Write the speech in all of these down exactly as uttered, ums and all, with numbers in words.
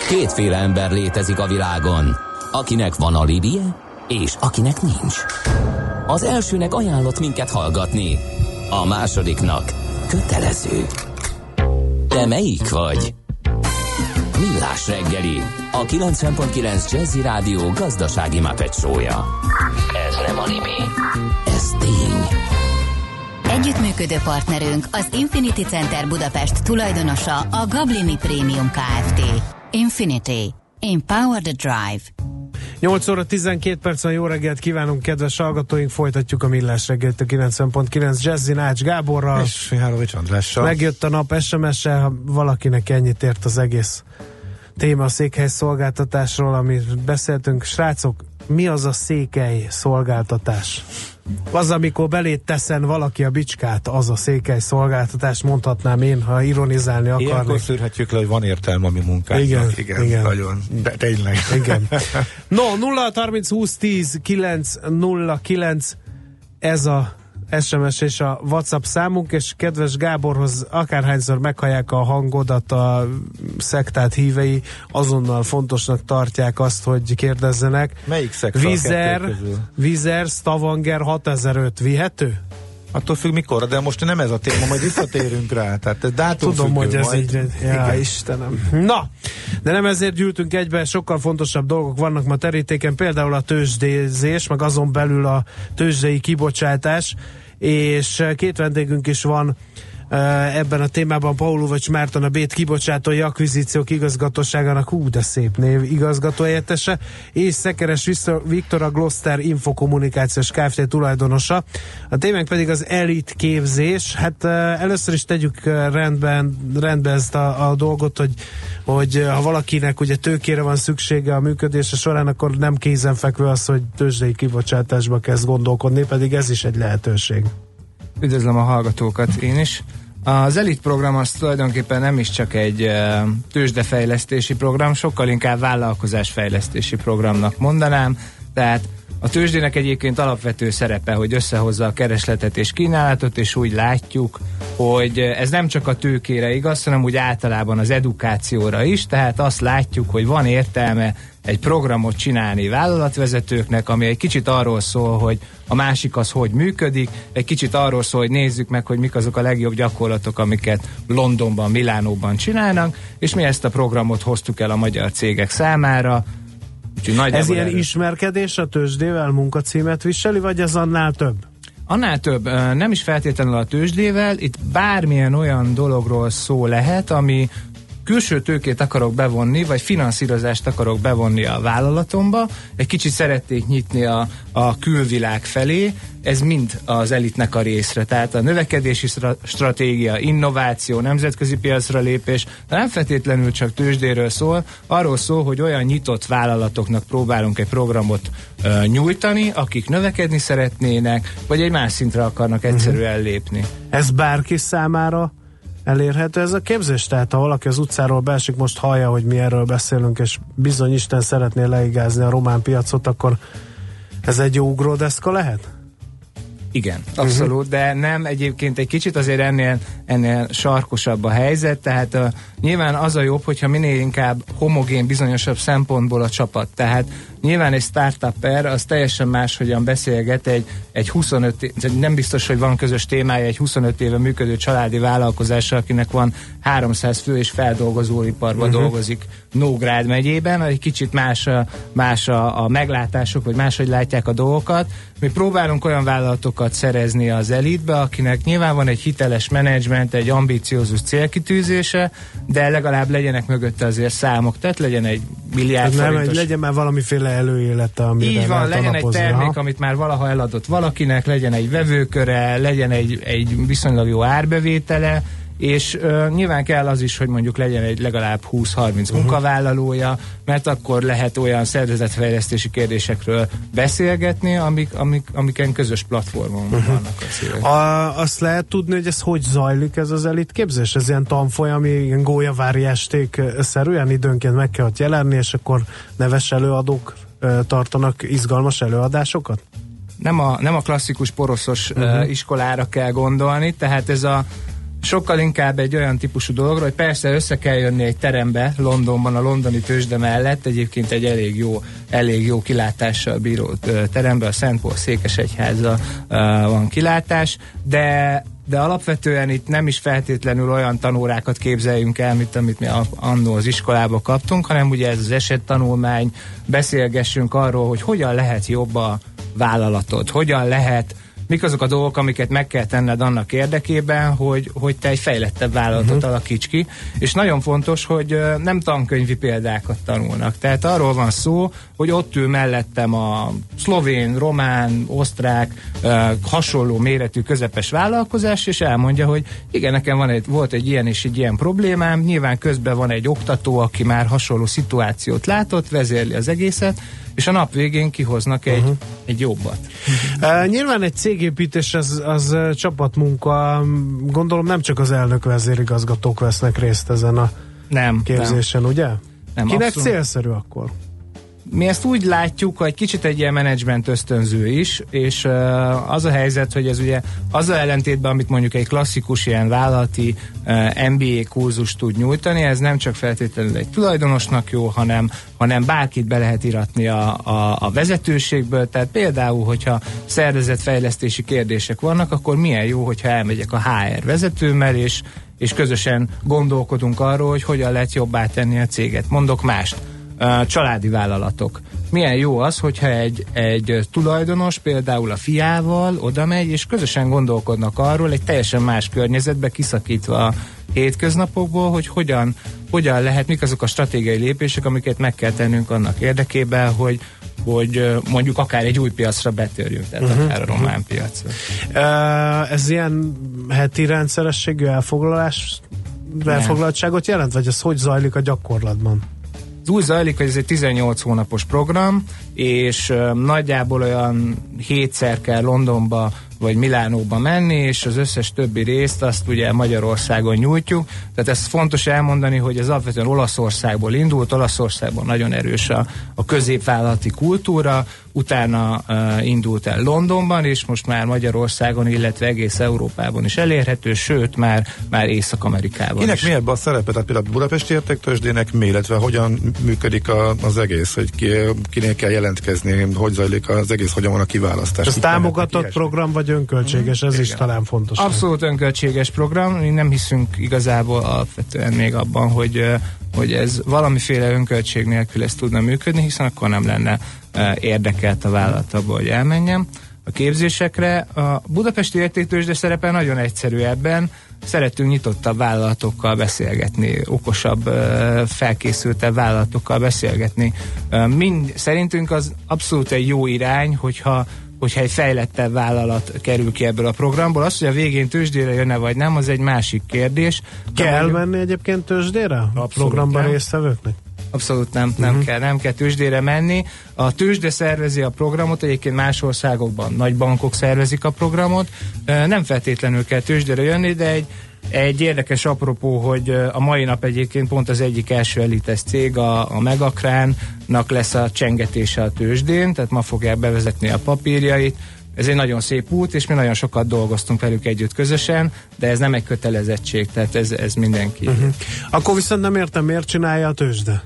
Kétféle ember létezik a világon, akinek van alibije, és akinek nincs. Az elsőnek ajánlott minket hallgatni, a másodiknak kötelező. Te melyik vagy? Millás reggeli, a kilencven pont kilenc Jazzy Rádió gazdasági Muppet show-ja. Ez nem anime, ez tény. Együttműködő partnerünk az Infinity Center Budapest tulajdonosa a Gablini Premium Kft. Infinity. Empower the Drive. nyolc óra tizenkét percen jó reggelt kívánunk, kedves hallgatóink, folytatjuk a Millás reggelt a kilencven pont kilenc Jazzy Nács Gáborral. És Mihálovics Andrással. Megjött a nap es em es-sel, ha valakinek ennyit ért az egész téma a székhely szolgáltatásról, amit beszéltünk. Srácok, mi az a székely szolgáltatás? Az, amikor belét teszen valaki a bicskát, az a székely szolgáltatás, mondhatnám én, ha ironizálni akarnék. Ilyenkor szűrhetjük le, hogy van értelme a mi munkánknak. Igen, igen, igen. Nagyon. De tényleg. Igen. No, nulla harminc húsz tíz kilenc nulla kilenc ez a es em es és a WhatsApp számunk, és kedves Gáborhoz akárhányszor meghallják a hangodat a szektát hívei, azonnal fontosnak tartják azt, hogy kérdezzenek. Melyik szekta Vizer, a kettő közül? Vizer Stavanger hatezer-öt vihető? Attól függ mikor, de most nem ez a téma, majd visszatérünk rá. Tehát ez dátum Tudom, függő hogy ez majd. így. Ja, igen. Istenem. Na, de nem ezért gyűltünk egybe, sokkal fontosabb dolgok vannak ma terítéken, például a tőzsdézés, meg azon belül a tőzsdei kibocsátás, és két vendégünk is van ebben a témában, Paul Uvacs Márton, a Bét kibocsátói akvizíciók igazgatóságának, hú, de szép név, igazgatóhelyettese, és Szekeres Viktor, a Gloster Infokommunikációs Kft. Tulajdonosa. A témánk pedig az elit képzés. Hát először is tegyük rendben, rendben ezt a, a dolgot, hogy, hogy ha valakinek ugye tőkére van szüksége a működése során, akkor nem kézenfekvő az, hogy tőzsdei kibocsátásba kezd gondolkodni, pedig ez is egy lehetőség. Üdvözlöm a hallgatókat én is. Az Elit program az tulajdonképpen nem is csak egy uh, tőzsdefejlesztési program, sokkal inkább vállalkozásfejlesztési programnak mondanám. Tehát a tőzsdének egyébként alapvető szerepe, hogy összehozza a keresletet és kínálatot, és úgy látjuk, hogy ez nem csak a tőkére igaz, hanem úgy általában az edukációra is, tehát azt látjuk, hogy van értelme egy programot csinálni vállalatvezetőknek, ami egy kicsit arról szól, hogy a másik az hogy működik, egy kicsit arról szól, hogy nézzük meg, hogy mik azok a legjobb gyakorlatok, amiket Londonban, Milánóban csinálnak, és mi ezt a programot hoztuk el a magyar cégek számára. Ez ilyen erről. Ismerkedés a tőzsdével munkacímet viseli, vagy ez annál több? Annál több, nem is feltétlenül a tőzsdével, itt bármilyen olyan dologról szó lehet, ami külső tőkét akarok bevonni, vagy finanszírozást akarok bevonni a vállalatomba, egy kicsit szeretnék nyitni a, a külvilág felé, ez mind az Elitnek a részre. Tehát a növekedési stratégia, innováció, nemzetközi piacra lépés, de nem feltétlenül csak tőzsdéről szól, arról szól, hogy olyan nyitott vállalatoknak próbálunk egy programot uh, nyújtani, akik növekedni szeretnének, vagy egy más szintre akarnak egyszerűen lépni. Ez bárki számára elérhető ez a képzés? Tehát ha valaki az utcáról beesik, most hallja, hogy mi erről beszélünk, és bizony Isten szeretné leigázni a román piacot, akkor ez egy jó ugródeszka lehet? Igen, abszolút, uh-huh. de nem, egyébként egy kicsit azért ennél, ennél sarkosabb a helyzet, tehát uh, nyilván az a jobb, hogyha minél inkább homogén bizonyosabb szempontból a csapat, tehát nyilván egy startupper az teljesen máshogyan beszélget egy, egy huszonöt, nem biztos, hogy van közös témája egy huszonöt éve működő családi vállalkozással, akinek van háromszáz fő és feldolgozóiparban uh-huh. dolgozik Nógrád megyében, egy kicsit más, a, más a, a meglátások, vagy máshogy látják a dolgokat. Mi próbálunk olyan vállalatokat szerezni az Elitbe, akinek nyilván van egy hiteles menedzsment, egy ambiciózus célkitűzése, de legalább legyenek mögötte azért számok, tehát legyen egy milliárd nem, forintos... legyen már valamiféle előélete, amire így van, legyen egy termék, ha? amit már valaha eladott valakinek, legyen egy vevőköre, legyen egy, egy viszonylag jó árbevétele, és uh, nyilván kell az is, hogy mondjuk legyen egy legalább húsz-harminc uh-huh. munkavállalója, mert akkor lehet olyan szervezetfejlesztési kérdésekről beszélgetni, amik, amik, amiken közös platformon uh-huh. vannak a célek. A, azt lehet tudni, hogy ez hogy zajlik ez az elit képzés? Ez ilyen tanfolyami, ilyen gólyavári esték-szerűen időnként meg kell ott jelenni, és akkor neves előadók uh, tartanak izgalmas előadásokat? Nem a, nem a klasszikus poroszos uh-huh. uh, iskolára kell gondolni, tehát ez a sokkal inkább egy olyan típusú dologról, hogy persze össze kell jönni egy terembe Londonban, a londoni tőzsde mellett, egyébként egy elég jó, elég jó kilátással bíró terembe, a Szent Paul székesegyháza van kilátás, de de alapvetően itt nem is feltétlenül olyan tanórákat képzeljünk el, mint amit mi annó az iskolába kaptunk, hanem ugye ez az esettanulmány, beszélgessünk arról, hogy hogyan lehet jobb a vállalatod, hogyan lehet, mik azok a dolgok, amiket meg kell tenned annak érdekében, hogy, hogy te egy fejlettebb vállalatot uh-huh. alakíts ki, és nagyon fontos, hogy uh, nem tankönyvi példákat tanulnak. Tehát arról van szó, hogy ott ül mellettem a szlovén, román, osztrák, uh, hasonló méretű közepes vállalkozás, és elmondja, hogy igen, nekem van egy, volt egy ilyen és egy ilyen problémám, nyilván közben van egy oktató, aki már hasonló szituációt látott, vezérli az egészet, és a nap végén kihoznak egy, uh-huh. egy jobbat. Uh, nyilván egy cégépítés az, az uh, csapatmunka, gondolom nem csak az elnök vezérigazgatók vesznek részt ezen a nem, képzésen, nem. ugye? Nem, Kinek abszolút. Célszerű akkor? Mi ezt úgy látjuk, hogy kicsit egy ilyen menedzsment ösztönző is, és uh, az a helyzet, hogy ez ugye az a ellentétben, amit mondjuk egy klasszikus ilyen vállalati uh, em bé á kurzus tud nyújtani, ez nem csak feltétlenül egy tulajdonosnak jó, hanem, hanem bárkit be lehet iratni a, a, a vezetőségből, tehát például, hogyha szervezetfejlesztési kérdések vannak, akkor milyen jó, hogyha elmegyek a há er vezetőmmel, és, és közösen gondolkodunk arról, hogy hogyan lehet jobbá tenni a céget. Mondok mást. Családi vállalatok. Milyen jó az, hogyha egy, egy tulajdonos például a fiával oda megy, és közösen gondolkodnak arról egy teljesen más környezetbe, kiszakítva a hétköznapokból, hogy hogyan, hogyan lehet, mik azok a stratégiai lépések, amiket meg kell tennünk annak érdekében, hogy hogy mondjuk akár egy új piacra betörjünk, tehát uh-huh. akár a román piacra. Uh, ez ilyen heti rendszerességű elfoglalás, elfoglaltságot jelent, vagy ez hogy zajlik a gyakorlatban? Úgy zajlik, hogy ez egy tizennyolc hónapos program, és uh, nagyjából olyan hétszer kell Londonba vagy Milánóba menni, és az összes többi részt azt ugye Magyarországon nyújtjuk. Tehát ez fontos elmondani, hogy ez alapvetően Olaszországból indult, Olaszországban nagyon erős a, a középvállalati kultúra, utána uh, indult el Londonban, és most már Magyarországon, illetve egész Európában is elérhető, sőt már, már Észak-Amerikában Kinek is. mi ebben a szerepet? Tehát például a Budapesti Értéktőzsdének mi, illetve hogyan működik a, az egész, hogy ki, kinél kell jelentkezni, hogy zajlik az egész, hogyan van a kiválasztás? Ez támogatott program, vagy önköltséges, ez Igen. is talán fontos. Abszolút önköltséges program, mi nem hiszünk igazából alapvetően még abban, hogy, hogy ez valamiféle önköltség nélkül ezt tudna működni, hiszen akkor nem lenne érdekelt a vállalat abból, hogy elmenjem a képzésekre. A Budapesti Értéktőzsde szerepe nagyon egyszerű ebben, szeretünk nyitottabb vállalatokkal beszélgetni, okosabb, felkészültebb vállalatokkal beszélgetni. Mind, szerintünk az abszolút egy jó irány, hogyha hogyha egy fejlettebb vállalat kerül ki ebből a programból. Az, hogy a végén tőzsdére jönne vagy nem, az egy másik kérdés. Kell mondjuk... menni egyébként tőzsdére? A programban résztvevőknek? Abszolút nem, nem uh-huh. kell, nem kell tőzsdére menni. A tőzsde szervezi a programot, egyébként más országokban nagy bankok szervezik a programot. Nem feltétlenül kell tőzsdére jönni, de egy Egy érdekes apropó, hogy a mai nap egyébként pont az egyik első elites cég, a, a Megakránnak lesz a csengetése a tőzsdén, tehát ma fogják bevezetni a papírjait. Ez egy nagyon szép út, és mi nagyon sokat dolgoztunk velük együtt közösen, de ez nem egy kötelezettség, tehát ez, ez mindenki. Uh-huh. Akkor viszont nem értem, miért csinálja a tőzsde?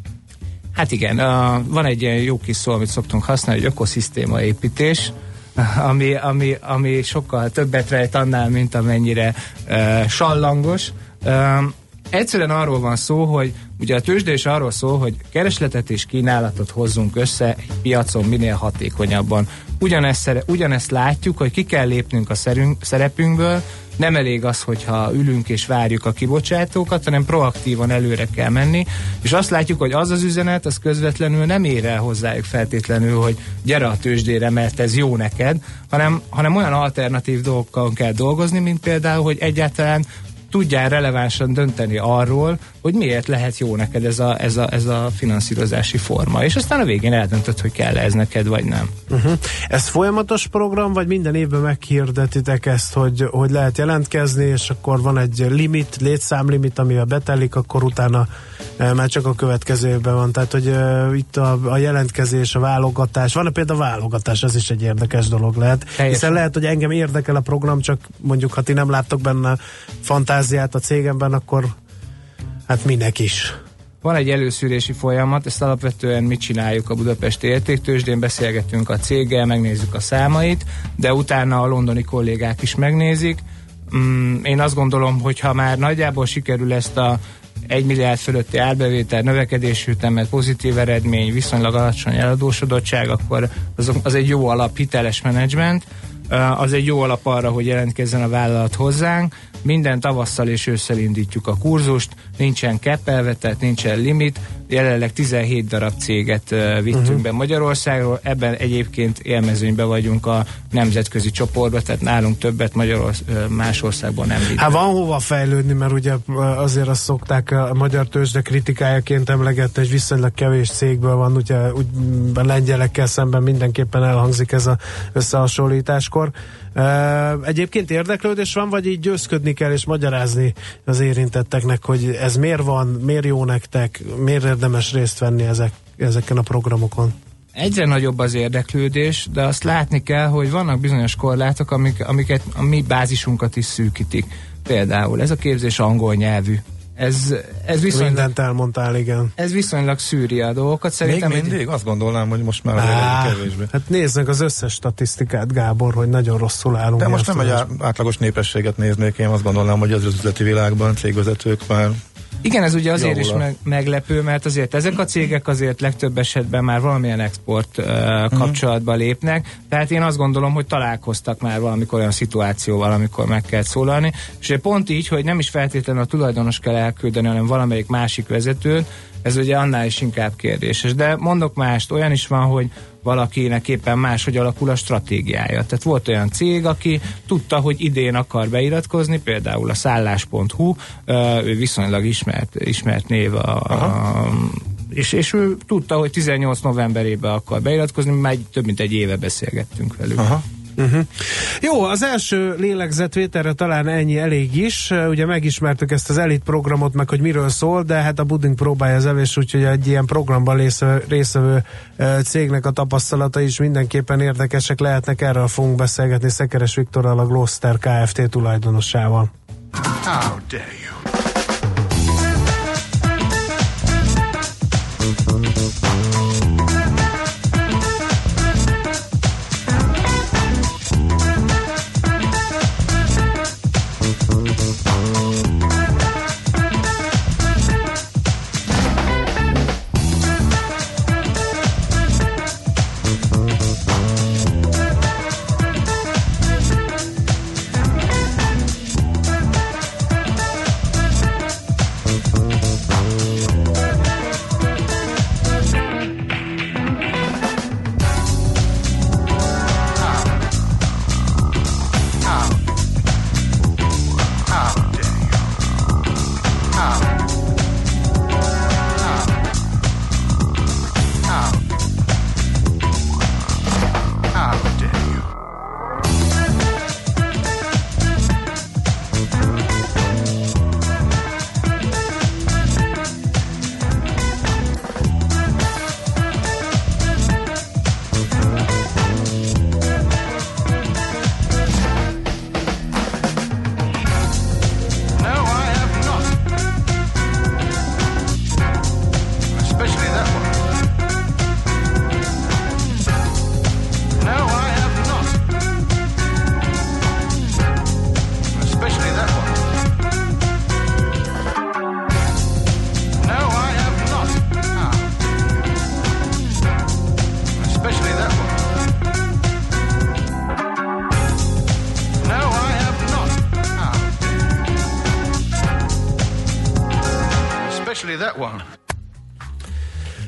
Hát igen, uh, van egy ilyen jó kis szó, amit szoktunk használni, hogy ökoszisztéma építés, Ami, ami, ami sokkal többet rejt annál, mint amennyire uh, sallangos. Um, egyszerűen arról van szó, hogy ugye a tőzsde is arról szól, hogy keresletet és kínálatot hozzunk össze egy piacon minél hatékonyabban. Ugyanezt, ugyanezt látjuk, hogy ki kell lépnünk a szerünk, szerepünkből, nem elég az, hogyha ülünk és várjuk a kibocsátókat, hanem proaktívan előre kell menni, és azt látjuk, hogy az az üzenet, az közvetlenül nem ér el hozzájuk feltétlenül, hogy gyere a tőzsdére, mert ez jó neked, hanem, hanem olyan alternatív dolgokkal kell dolgozni, mint például, hogy egyáltalán tudjál relevánsan dönteni arról, hogy miért lehet jó neked ez a, ez a, ez a finanszírozási forma. És aztán a végén eldöntöd, hogy kell ez neked, vagy nem. Uh-huh. Ez folyamatos program, vagy minden évben meghirdetitek ezt, hogy, hogy lehet jelentkezni, és akkor van egy limit, létszámlimit, amivel betelik, akkor utána már csak a következő évben van. Tehát, hogy uh, itt a, a jelentkezés, a válogatás, van például a válogatás, ez is egy érdekes dolog lehet. Teljesen. Hiszen lehet, hogy engem érdekel a program, csak mondjuk, ha ti nem láttok benne fantáziát a cégemben, akkor hát minek is. Van egy előszűrési folyamat, ezt alapvetően mi csináljuk a Budapesti Értéktőzsdén, beszélgetünk a céggel, megnézzük a számait, de utána a londoni kollégák is megnézik. Mm, én azt gondolom, hogy ha már nagyjából sikerül ezt a egy milliárd fölötti árbevétel, növekedési ütemet, pozitív eredmény, viszonylag alacsony eladósodottság, akkor az, az egy jó alap, hiteles menedzsment, az egy jó alap arra, hogy jelentkezzen a vállalat hozzánk. Minden tavasszal és ősszel indítjuk a kurzust, nincsen keppelve, tehát nincsen limit. Jelenleg tizenhét darab céget uh, vittünk uh-huh. be Magyarországról, ebben egyébként élmezőnyben vagyunk a nemzetközi csoportban, tehát nálunk többet Magyarorsz- más országban nem vittünk. Hát van hova fejlődni, mert ugye azért azt szokták a magyar tőzsde kritikájaként emlegetni, hogy viszonylag kevés cégből van, ugye úgy a lengyelekkel szemben mindenképpen elhangzik ez az összehasonlításkor. Uh, egyébként érdeklődés van, vagy így győzködni kell és magyarázni az érintetteknek, hogy ez miért van, miért jó nektek, miért érdemes részt venni ezek, ezeken a programokon? Egyre nagyobb az érdeklődés, de azt látni kell, hogy vannak bizonyos korlátok, amik, amiket a mi bázisunkat is szűkítik. Például ez a képzés angol nyelvű. Ez, ez viszonylag, mindent elmondtál, igen. Ez viszonylag szűri a dolgokat. Szerintem még mindig? Egy... Azt gondolnám, hogy most már Á, kevésbé. Hát nézd meg az összes statisztikát, Gábor, hogy nagyon rosszul állunk. De most nem egy átlagos népességet néznék, én azt gondolnám, hogy az üzleti világban cégvezetők már... Igen, ez ugye azért is meg, meglepő, mert azért ezek a cégek azért legtöbb esetben már valamilyen export uh, kapcsolatba lépnek, tehát én azt gondolom, hogy találkoztak már valamikor olyan szituációval, amikor meg kell szólalni, és pont így, hogy nem is feltétlenül a tulajdonos kell elküldeni, hanem valamelyik másik vezetőt, ez ugye annál is inkább kérdéses. De mondok mást, olyan is van, hogy valakinek éppen máshogy alakul a stratégiája. Tehát volt olyan cég, aki tudta, hogy idén akar beiratkozni, például a szállás pont hu, ő viszonylag ismert, ismert név, a, a, és, és ő tudta, hogy tizennyolc novemberében akar beiratkozni, már több mint egy éve beszélgettünk velük. Aha. Uh-huh. Jó, az első lélegzetvételre talán ennyi elég is. Ugye megismertük ezt az elit programot, meg hogy miről szól, de hát a Buding próbálja az evés, úgyhogy egy ilyen programban részvevő cégnek a tapasztalata is mindenképpen érdekesek lehetnek. Erről fogunk beszélgetni Szekeres Viktorral, a Gloster Kft. Tulajdonosával. How dare you?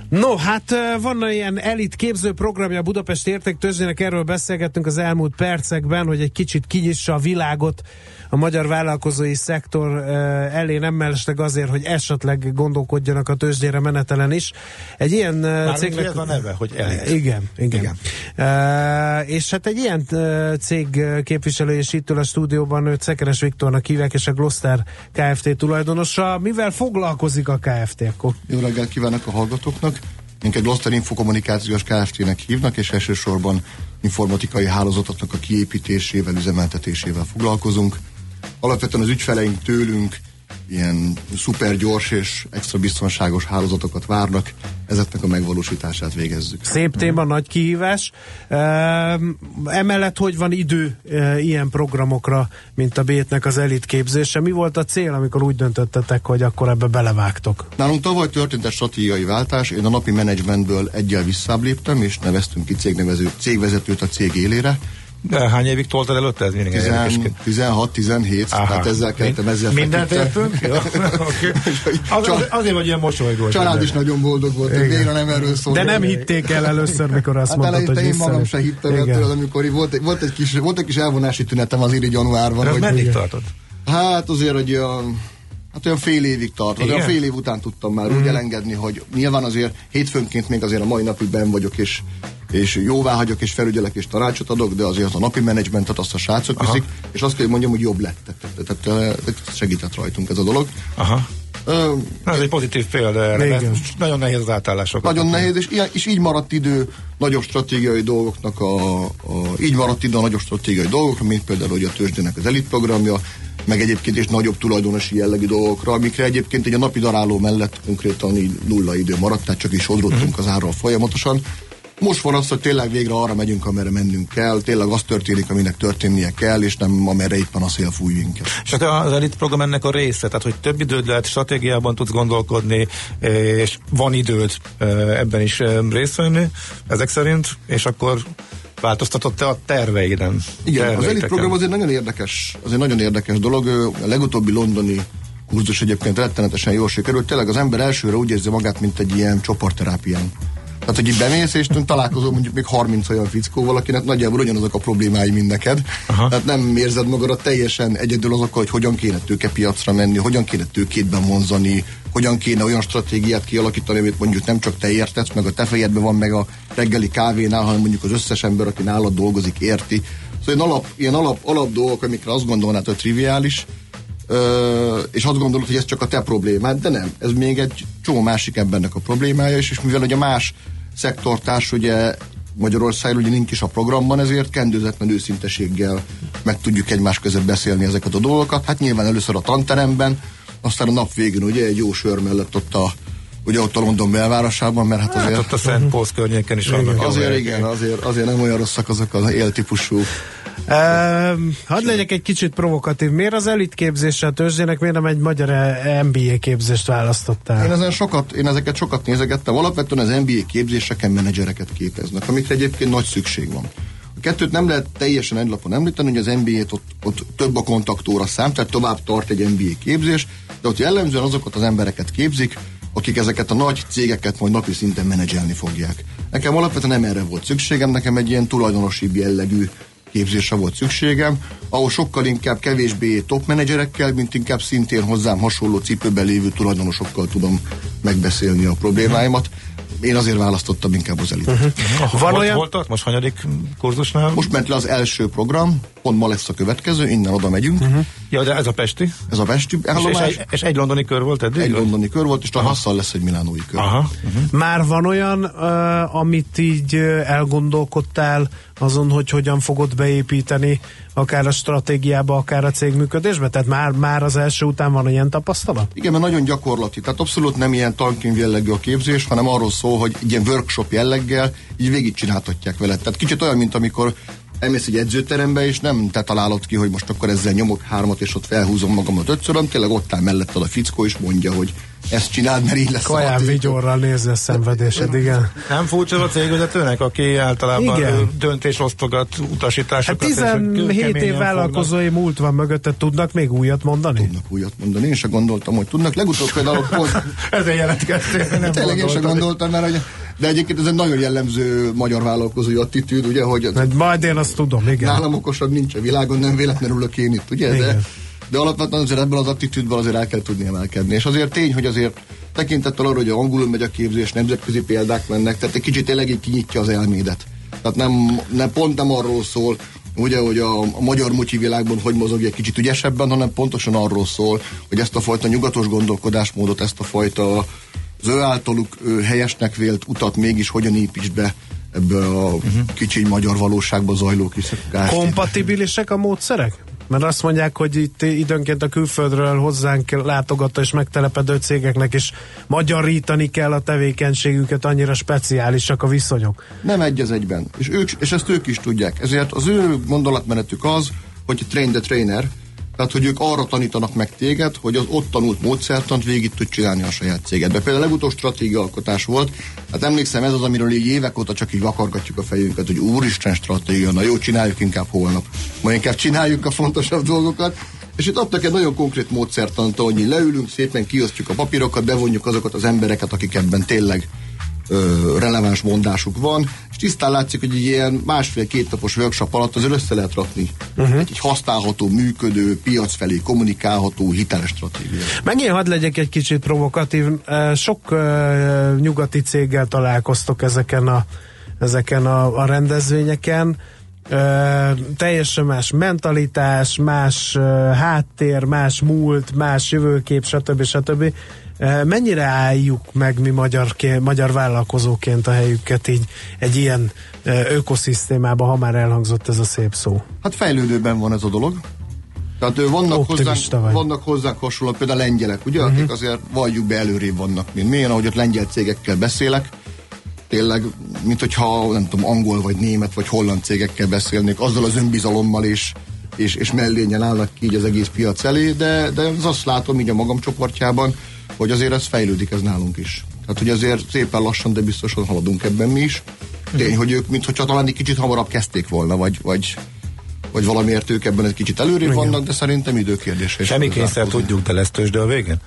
No, hát van ilyen elit képző programja a Budapesti Értéktőzsdének, erről beszélgettünk az elmúlt percekben, hogy egy kicsit kinyissa a világot a magyar vállalkozói szektor elé, nem mellesleg azért, hogy esetleg gondolkodjanak a tőzsdére menetelen is. Egy ilyen Már cégnek... ez a neve, hogy elit. Igen, igen. igen. Uh, és hát egy ilyen uh, cég képviselő, és itt ül a stúdióban, őt Szekeres Viktornak hívják, és a Gloster Kft. Tulajdonosa. Mivel foglalkozik a Kft. akkor? Jó reggelt kívánok a hallgatóknak! Minket Gloster Infokommunikációs Kft.-nek hívnak, és elsősorban informatikai hálózatoknak a kiépítésével, üzemeltetésével foglalkozunk. Alapvetően az ügyfeleink tőlünk ilyen szuper gyors és extra biztonságos hálózatokat várnak, ezeknek a megvalósítását végezzük. Szép téma, mm. nagy kihívás. Uh, emellett hogy van idő uh, ilyen programokra, mint a Bétnek az elit képzése? Mi volt a cél, amikor úgy döntöttetek, hogy akkor ebbe belevágtok? Nálunk tavaly történt egy stratégiai váltás, én a napi menedzsmentből egyel visszább léptem, és neveztünk ki cégnevező, cégvezetőt a cég élére. De hány évig toltad előtte? Ez mindig tizenhat tizenhét, tehát ezzel kellettem, ezzel mindent értünk? Okay. Az, az, azért vagy ilyen mosolygós. Család is nagyon boldog volt, hogy végre nem erről szól. De nem hitték el először, mikor azt hát mondtad, hogy én magam se hittem ettől, amikor volt egy, volt, egy kis, volt egy kis elvonási tünetem az irigy januárban. De hogy meddig tartott? Hát azért, hogy olyan, hát olyan fél évig tartott. Olyan fél év után tudtam már mm. úgy elengedni, hogy nyilván azért hétfőnként még azért a mai napig benn vagyok, és és jóvá hagyok, és felügyelek, és tanácsot adok, de azért a napi menedzsmentet azt a srácok viszik, és azt kell, hogy mondjam, hogy jobb lett. Tehát segített rajtunk ez a dolog. Aha. Uh, ez egy pozitív példa erre, mert nagyon nehéz az átállások. Nagyon nehéz, és, ilyen, és így maradt idő nagyobb stratégiai dolgoknak, a, a, így maradt idő a nagyobb stratégiai dolgokra, mint például hogy a tőzsdének az elit programja, meg egyébként is nagyobb tulajdonosi jellegű dolgokra, amikre egyébként egy a napi daráló mellett konkrétan így nulla idő maradt, tehát csak is sodródtunk uh-huh. az árral folyamatosan. Most van az, hogy tényleg végre arra megyünk, amerre mennünk kell, tényleg az történik, aminek történnie kell, és nem amerre éppen a szél fúj minket. És az elit program ennek a része, tehát hogy több időd lehet, stratégiában tudsz gondolkodni, és van időd ebben is részt venni, ezek szerint, és akkor változtatott te a terveiden? Igen, az elit program azért nagyon érdekes, azért nagyon érdekes dolog. A legutóbbi londoni kurzus egyébként rettenetesen jól sikerült. Tényleg az ember elsőre úgy érzi magát, mint egy ilyen csoportterápián. Tehát, hogy itt bemész, és találkozol mondjuk még harminc olyan fickóval, akinek nagyjából ugyanazok a problémái, mint neked. Aha. Tehát nem érzed magadat teljesen egyedül azokkal, hogy hogyan kéne tőkepiacra menni, hogyan kéne tőkét vonzani, hogyan kéne olyan stratégiát kialakítani, amit mondjuk nem csak te értesz, meg a te fejedben van, meg a reggeli kávénál, hanem mondjuk az összes ember, aki nálad dolgozik, érti. Szóval ilyen alap, ilyen alap, alap dolgok, amikre azt gondolnád, hogy triviális, Ö, és azt gondolod, hogy ez csak a te problémád, de nem. Ez még egy csomó másik embernek a problémája is, és mivel ugye más szektortárs ugye Magyarországon ugye nincs is a programban, ezért kendőzetlen őszinteséggel meg tudjuk egymás között beszélni ezeket a dolgokat. Hát nyilván először a tanteremben, aztán a nap végén ugye egy jó sör mellett ott a ugye ott a London belvárosában, mert hát azért... Hát ott a Szent Paul's környéken is vannak. Azért igen, azért, azért nem olyan rosszak azok az éltípusú. Uh, hadd legyek egy kicsit provokatív. Miért az elit képzéssel tőzsdének, miért nem egy magyar em bé á képzést választottál? Én, ezen sokat, én ezeket sokat nézegettem. Alapvetően az em bé á képzéseken menedzsereket képeznek, amikre egyébként nagy szükség van. A kettőt nem lehet teljesen egy lapon említeni, hogy az em bé á-t ott, ott több a kontaktóra szám, tehát tovább tart egy em bé á képzés, de ott jellemzően azokat az embereket képzik, akik ezeket a nagy cégeket majd napi szinten menedzselni fogják. Nekem alapvetően nem erre volt szükségem, nekem egy ilyen tulajdonosi jellegű képzésre volt szükségem, ahol sokkal inkább kevésbé top menedzserekkel, mint inkább szintén hozzám hasonló cipőben lévő tulajdonosokkal tudom megbeszélni a problémáimat. Én azért választottam inkább az elitet. Uh-huh. Van olyan... Hol tart? Most hanyadik kurzusnál? Most ment le az első program, pont ma lesz a következő, innen oda megyünk. Uh-huh. Ja, de ez a pesti? Ez a pesti állomás. És, és, és egy londoni kör volt eddig? Egy londoni kör volt, és tavasszal lesz egy milánói kör. Aha. Uh-huh. Már van olyan, uh, amit így uh, elgondolkodtál azon, hogy hogyan fogod beépíteni akár a stratégiába, akár a cég működésbe? Tehát már, már az első után van ilyen tapasztalat? Igen, mert nagyon gyakorlati. Tehát abszolút nem ilyen tankönyv jellegű a képzés, hanem arról szól, hogy egy ilyen workshop jelleggel így végigcsináltatják vele. Tehát kicsit olyan, mint amikor elmész egy edzőterembe, és nem te találod ki, hogy most akkor ezzel nyomok hármat, és ott felhúzom magamat ötször, hanem tényleg ott áll melletted a fickó, és mondja, hogy ezt csináld, mert így lesz. Kaján vigyorral nézi a szenvedésed, igen. Nem furcsa a cégvezetőnek, aki általában igen. döntésosztogat utasításokat. Hát tizenhét év vállalkozói múlt van mögötte, tudnak még újat mondani? Tudnak újat mondani, én sem gondoltam, hogy tudnak. Legutóbb például pont... Ezzel jelentkeztél, nem tényleg én sem gondoltam, mert hogy... De egyébként ez egy nagyon jellemző magyar vállalkozói attitűd, ugye, hogy... Hát majd én azt tudom, igen. Nálam okosabb nincs a világon, nem véletlenül ülök én itt, ugye? De, de alapvetően azért ebből az attitűdből azért el kell tudni emelkedni. És azért tény, hogy azért tekintettel arra, hogy angolul megy a képzés, nemzetközi példák mennek, tehát egy kicsit tényleg így kinyitja az elmédet. Tehát nem, nem, pont nem arról szól, ugye, hogy a, a magyar mutyi világban hogy mozog egy kicsit ügyesebben, hanem pontosan arról szól, hogy ezt a fajta nyugatos gondolkodásmódot, ezt a fajta az ő általuk ő helyesnek vélt utat mégis hogyan építsd be ebbe a uh-huh. kicsi magyar valóságba zajló kis gástét. Kompatibilisek a módszerek? Mert azt mondják, hogy itt időnként a külföldről hozzánk látogató és megtelepedő cégeknek is magyarítani kell a tevékenységüket, annyira speciálisak a viszonyok. Nem egy az egyben. És, ők, és ezt ők is tudják. Ezért az ő gondolatmenetük az, hogy train the trainer, tehát, hogy ők arra tanítanak meg téged, hogy az ott tanult módszertant végig tud csinálni a saját cégedbe. Például a legutóbb stratégiaalkotás volt, hát emlékszem, ez az, amiről így évek óta csak így vakargatjuk a fejünket, hogy úristen stratégia, na jó, csináljuk inkább holnap. Ma inkább csináljuk a fontosabb dolgokat. És itt adtak egy nagyon konkrét módszertant, hogy leülünk, szépen kiosztjuk a papírokat, bevonjuk azokat az embereket, akik ebben tényleg Ö, releváns mondásuk van, és tisztán látszik, hogy egy ilyen másfél-két napos workshop alatt azért össze lehet rakni uh-huh. egy, egy használható, működő, piac felé kommunikálható, hiteles stratégia. Megint hadd legyek egy kicsit provokatív. Sok uh, nyugati céggel találkoztok ezeken a, ezeken a, a rendezvényeken. Uh, teljesen más mentalitás, más uh, háttér, más múlt, más jövőkép, stb. stb. Mennyire álljuk meg mi magyar, magyar vállalkozóként a helyüket így egy ilyen ökoszisztémába, ha már elhangzott ez a szép szó? Hát fejlődőben van ez a dolog. Tehát vannak hozzánk, vannak hozzánk hasonlók, például a lengyelek, ugye, uh-huh. akik azért valljuk be előrébb vannak, mint milyen, ahogy ott lengyel cégekkel beszélek, tényleg, mint hogyha nem tudom, angol, vagy német, vagy holland cégekkel beszélnék, azzal az önbizalommal és, és, és mellényen állnak ki így az egész piac elé, de, de az azt látom így a magam csoportjában, hogy azért ez fejlődik, ez nálunk is. Tehát, hogy azért szépen lassan, de biztosan haladunk ebben mi is. Tény, hogy ők, mintha talán egy kicsit hamarabb kezdték volna, vagy, vagy, vagy valamiért ők ebben egy kicsit előrébb igen. vannak, de szerintem időkérdése. Semmi kényszer tudjuk, de lesz tőzsde a végén?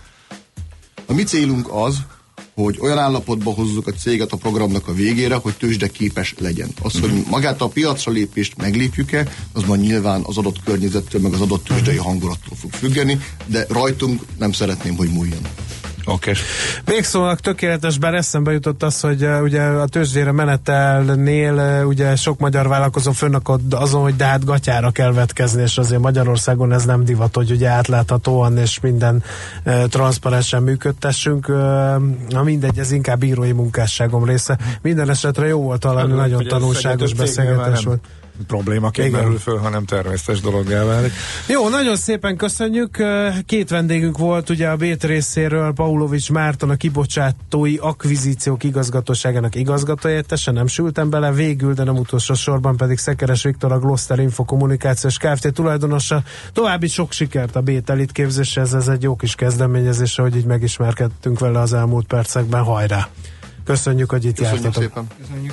A mi célunk az, hogy olyan állapotba hozzuk a céget a programnak a végére, hogy tőzsde képes legyen. Az, uh-huh. hogy magát a piacra lépést meglépjük-e, az majd nyilván az adott környezettől, meg az adott tőzsdei hangulattól fog függeni, de rajtunk nem szeretném, hogy múljon. Okay. Még szóval tökéletes, bár eszembe jutott az, hogy uh, ugye a tőzsdére menetelnél uh, ugye sok magyar vállalkozó fönnakad azon, hogy de hát gatyára kell vetkezni, és azért Magyarországon ez nem divat, hogy ugye átláthatóan és minden uh, transzparensen működtessünk. Uh, na mindegy, ez inkább bírói munkásságom része. Minden esetre jó volt hallani, nagyon tanulságos beszélgetés volt. Problémaként merül föl, hanem természetes dologgá válik. Jó, nagyon szépen köszönjük. Két vendégünk volt ugye a Bét részéről, Paulovics Márton, a kibocsátói akvizíciók igazgatóságának igazgatóhelyettese, nem sültem bele, végül, de nem utolsó sorban pedig Szekeres Viktor, a Gloster Infokommunikációs Kft. Tulajdonosa. További sok sikert a Bét elitképzéshez, ez egy jó kis kezdeményezés, hogy így megismerkedtünk vele az elmúlt percekben. Hajrá! Köszönjük, hogy itt Köszönjük jártatok. Szépen. Köszönjük.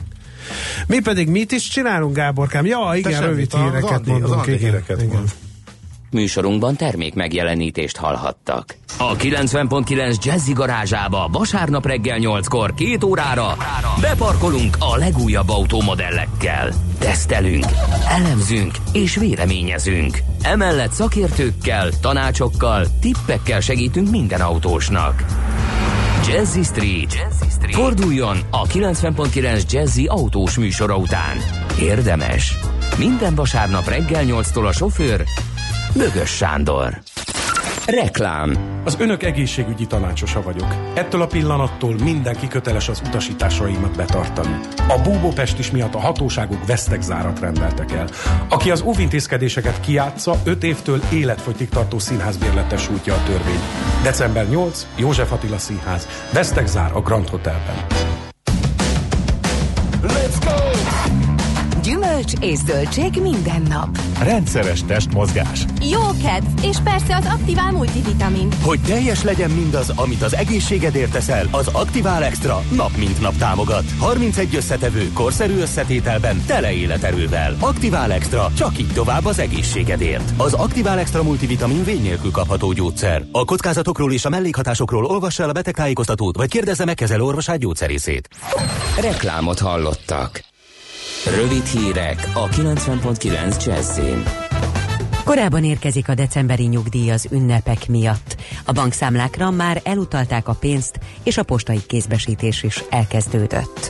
Mi pedig mit is csinálunk, Gáborkám? Ja, igen, semmit, rövid híreket Andi, mondunk. Igen, híreket igen. Mond. Műsorunkban termék megjelenítést hallhattak. A kilencven pont kilenc Jazzy garázsába vasárnap reggel nyolckor két órára beparkolunk a legújabb automodellekkel. Tesztelünk, elemzünk és véleményezünk. Emellett szakértőkkel, tanácsokkal, tippekkel segítünk minden autósnak. Jazzy Street. Jazzy Street. Forduljon a kilencven pont kilenc Jazzy autós műsora után. Érdemes. Minden vasárnap reggel nyolctól a sofőr Bögös Sándor. Reklám. Az önök egészségügyi tanácsosa vagyok. Ettől a pillanattól mindenki köteles az utasításaimat betartani. A búbópestis miatt a hatóságok vesztegzárat rendeltek el. Aki az óvintézkedéseket kijátsza, öt évtől életfogytig tartó színházbérletes sújtja a törvény. december nyolcadika, József Attila Színház. Vesztegzár a Grand Hotelben. Let's go! gyümölcs és zöldség minden nap. Rendszeres testmozgás. Jó kedv, és persze az Aktivál multivitamin. Hogy teljes legyen mindaz, amit az egészségedért teszel, az Aktivál Extra nap mint nap támogat. harmincegy összetevő, korszerű összetételben, tele életerővel. Aktivál Extra, csak így tovább az egészségedért. Az Aktivál Extra multivitamin vény nélkül kapható gyógyszer. A kockázatokról és a mellékhatásokról olvassa el a betegtájékoztatót, vagy kérdezze meg kezelőorvosát, gyógyszerészét. Reklámot hallottak. Rövid hírek a kilencven pont kilenc Jazzin. Korábban érkezik a decemberi nyugdíj az ünnepek miatt. A bankszámlákra már elutalták a pénzt, és a postai kézbesítés is elkezdődött.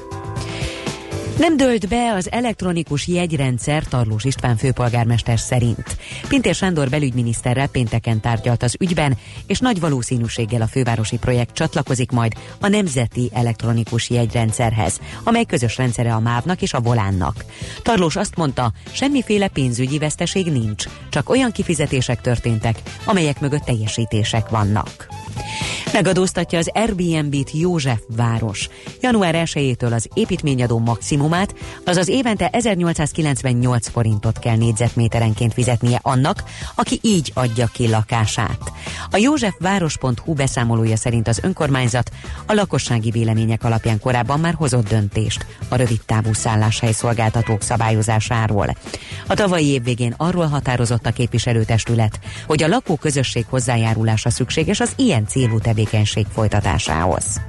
Nem dőlt be az elektronikus jegyrendszer Tarlós István főpolgármester szerint. Pintér Sándor belügyminiszterrel pénteken tárgyalt az ügyben, és nagy valószínűséggel a fővárosi projekt csatlakozik majd a Nemzeti Elektronikus Jegyrendszerhez, amely közös rendszere a mávnak és a volánnak. Tarlós azt mondta, semmiféle pénzügyi veszteség nincs, csak olyan kifizetések történtek, amelyek mögött teljesítések vannak. Megadóztatja az Airbnb-t Józsefváros. január elsejétől az építményadó maximumát, azaz évente ezernyolcszázkilencvennyolc forintot kell négyzetméterenként fizetnie annak, aki így adja ki lakását. A józsefváros pont hu beszámolója szerint az önkormányzat a lakossági vélemények alapján korábban már hozott döntést a rövidtávú szálláshely szolgáltatók szabályozásáról. A tavalyi év végén arról határozott a képviselőtestület, hogy a lakóközösség hozzájárulása szükséges az ilyen célú tevékenység folytatásához.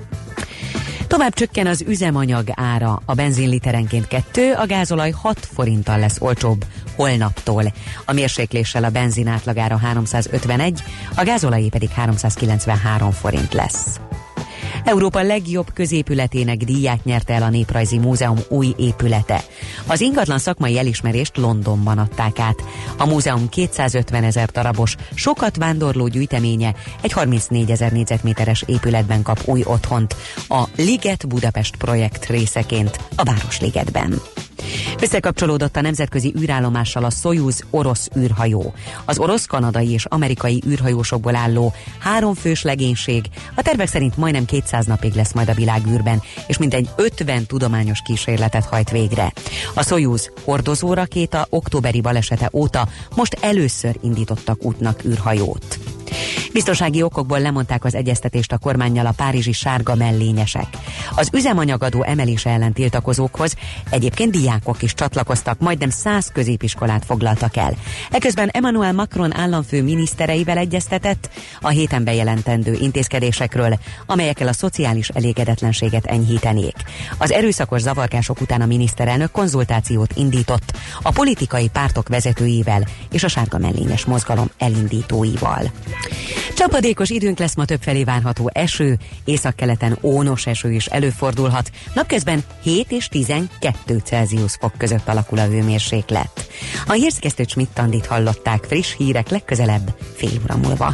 Tovább csökken az üzemanyag ára, a benzin literenként kettő, a gázolaj hat forinttal lesz olcsóbb holnaptól. A mérsékléssel a benzin átlagára háromszázötvenegy, a gázolajé pedig háromszázkilencvenhárom forint lesz. Európa legjobb középületének díját nyerte el a Néprajzi Múzeum új épülete. Az ingatlan szakmai elismerést Londonban adták át. A múzeum kétszázötvenezer darabos, sokat vándorló gyűjteménye egy harmincnégyezer négyzetméteres épületben kap új otthont, a Liget Budapest projekt részeként a Városligetben. Összekapcsolódott a nemzetközi űrállomással a Szojuz orosz űrhajó. Az orosz, kanadai és amerikai űrhajósokból álló háromfős legénység a tervek szerint majdnem kétszáz napig lesz majd a világűrben, és mintegy ötven tudományos kísérletet hajt végre. A Szojuz hordozó rakéta októberi balesete óta most először indítottak útnak űrhajót. Biztonsági okokból lemondták az egyeztetést a kormánnyal a párizsi sárga mellényesek. Az üzemanyagadó emelése ellen tiltakozókhoz egyébként diákok is csatlakoztak, majdnem száz középiskolát foglaltak el. Eközben Emmanuel Macron államfő minisztereivel egyeztetett a héten bejelentendő intézkedésekről, amelyekkel a szociális elégedetlenséget enyhítenék. Az erőszakos zavargások után a miniszterelnök konzultációt indított a politikai pártok vezetőivel és a sárga mellényes mozgalom elindítóival. Csapadékos időnk lesz, ma többfelé várható eső, északkeleten ónos eső is előfordulhat, napközben hét és tizenkettő Celsius fok között alakul a hőmérséklet. A hírszerkesztőt Schmidt-Tandit hallották, friss hírek legközelebb fél óra múlva.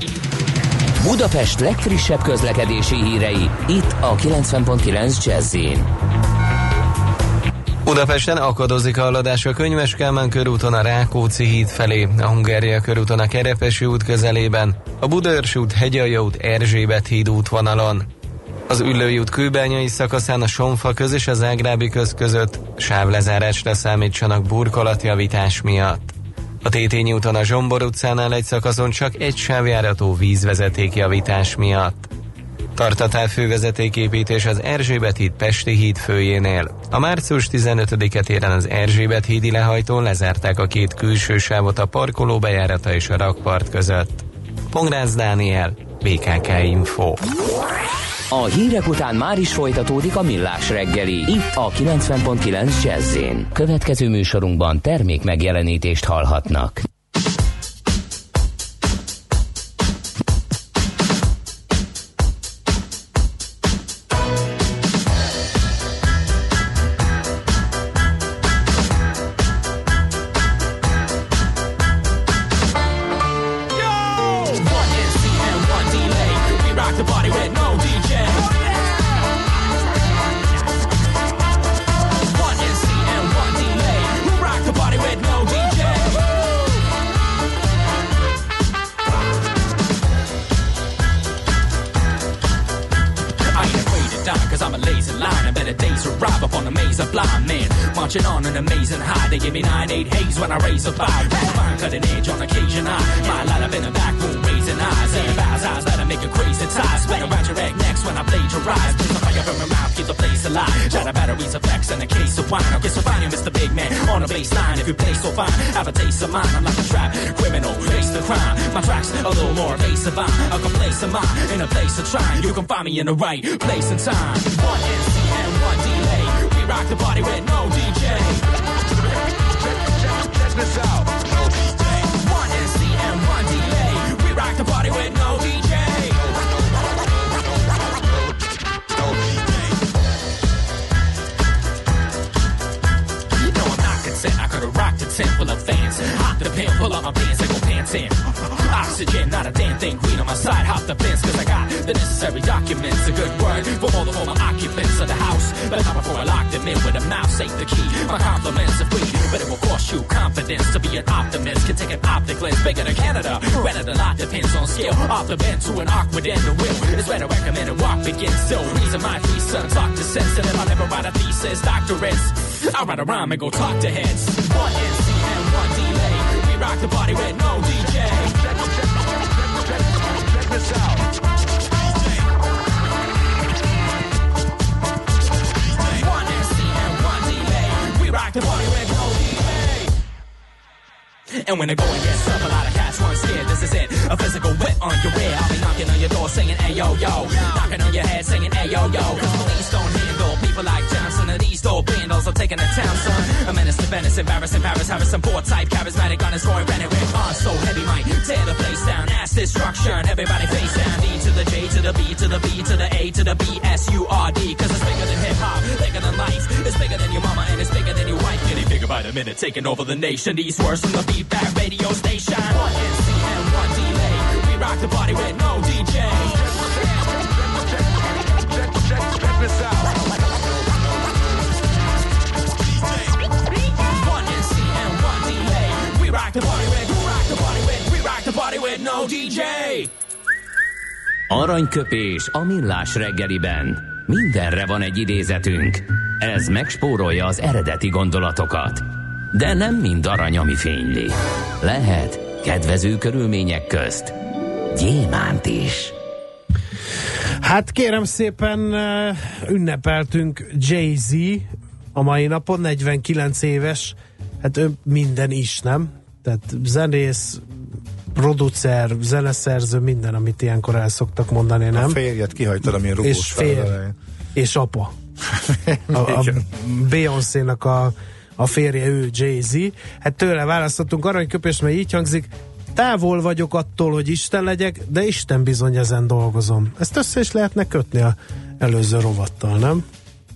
Budapest legfrissebb közlekedési hírei, itt a kilencven pont kilenc Jazz-in. Budapesten akadozik a haladás a Könyves Kálmán körúton a Rákóczi híd felé, a Hungária körúton a Kerepesi út közelében, a Budaörsi út, Hegyalja út, Erzsébet híd útvonalon. Az Üllői út kőbányai szakaszán a Sonfa köz és a Zágrábi köz között sávlezárásra számítsanak burkolatjavítás miatt. A Tétényi úton a Zsombor utcánál egy szakaszon csak egy sávjárató vízvezetékjavítás miatt. Tartatál fővezetéképítés az Erzsébet híd Pesti híd főjénél. A március tizenötödike téren az Erzsébet hídi lehajtón lezárták a két külső sávot a parkoló bejárata és a rakpart között. Pongrácz Dániel, bé ká ká Info. A hírek után már is folytatódik a Millás reggeli, itt a kilencven pont kilenc Jazz-én. Következő műsorunkban termék megjelenítést hallhatnak. Cause I'm a lazy line and better days arrive upon a maze of blind men. My marching on an amazing high. They give me nine eight haze when I raise a five. Fine cutting edge on occasion. I might light up in the back room, raising eyes. And bows eyes that I make a crazy tie. Split around your egg next when I plagiarize. Put the fire from my mouth, keep the place alive. Shatter batteries, effects, and a case of wine. I'll get so fine, you Mister Big Man on a baseline. If you play so fine, have a taste of mine. I'm like a trap criminal, face the crime. My tracks a little more evasive. I'm a complacent mind in a place of trying. You can find me in the right place and time. One N C and one delay. We rock the party with no D J. Check this out. No D J. One N C and one delay. We rock the party with no D J. No D J. You know I'm not content. I could've rocked a tent full of fans. Hop the pen, pull up my pants and go pants in. Oxygen, not a damn thing. Green on my side, hop the fence, cause I got the necessary documents. A good word for all the former occupants of the house. But not before I lock them in with a mouth, safe the key. My compliments are free, but it will cost you confidence. To be an optimist can take an optic lens bigger than Canada. Rather than lot depends on skill. Off the bend to an awkward end, the will is where to recommend a walk begins. Still, reason my three sons talk to sense. And if I never write a thesis, doctorates, I'll write a rhyme and go talk to heads. One N C and one delay. We rock the party with no D J. Check, check, check, check, check, check this out. One N C and one delay. We rock the party with no D J. And when the going gets tough, a lot of cats run scared. This is it, a physical whip on your rear. I'll be knocking on your door saying, hey yo yo. Knocking on your head saying, hey yo yo. Cause police don't handle people like Johnson. And these dope bandals are taking the town, son. A menace to Venice, embarrassing Paris. Harrison Ford type, charismatic on his scoring Bennett. With on so heavy, might tear the place down. Ass destruction, everybody face down. D to the J to the B to the B to the A to the B S U R D. Cause it's bigger than hip hop, bigger than life. It's bigger than your mama and it's bigger than your wife. Getting bigger by the minute, taking over the nation. These words from the feedback radio station. One N C and one delay. We rock the party with no D J. Check, check, check, check, check this out. One N C and one delay. We rock the party with, we rock the party with, we rock the party with no D J. Aranyköpés a millás reggeliben. Mindenre van egy idézetünk. Ez megspórolja az eredeti gondolatokat. De nem mind arany, ami fényli. Lehet kedvező körülmények közt gyémánt is. Hát kérem szépen ünnepeltünk Jay-Z a mai napon, negyvenkilenc éves. Hát ő minden is, nem? Tehát zenész, producer, zeneszerző, minden, amit ilyenkor el szoktak mondani, nem? A férjet kihagytad, amilyen rugós. És fér, és apa. A, a Beyoncé-nak a, a férje, ő Jay-Z. Hát tőle választottunk aranyköpést, mert így hangzik: távol vagyok attól, hogy Isten legyek, de Isten bizony ezen dolgozom. Ezt össze is lehetne kötni a előző rovattal, nem?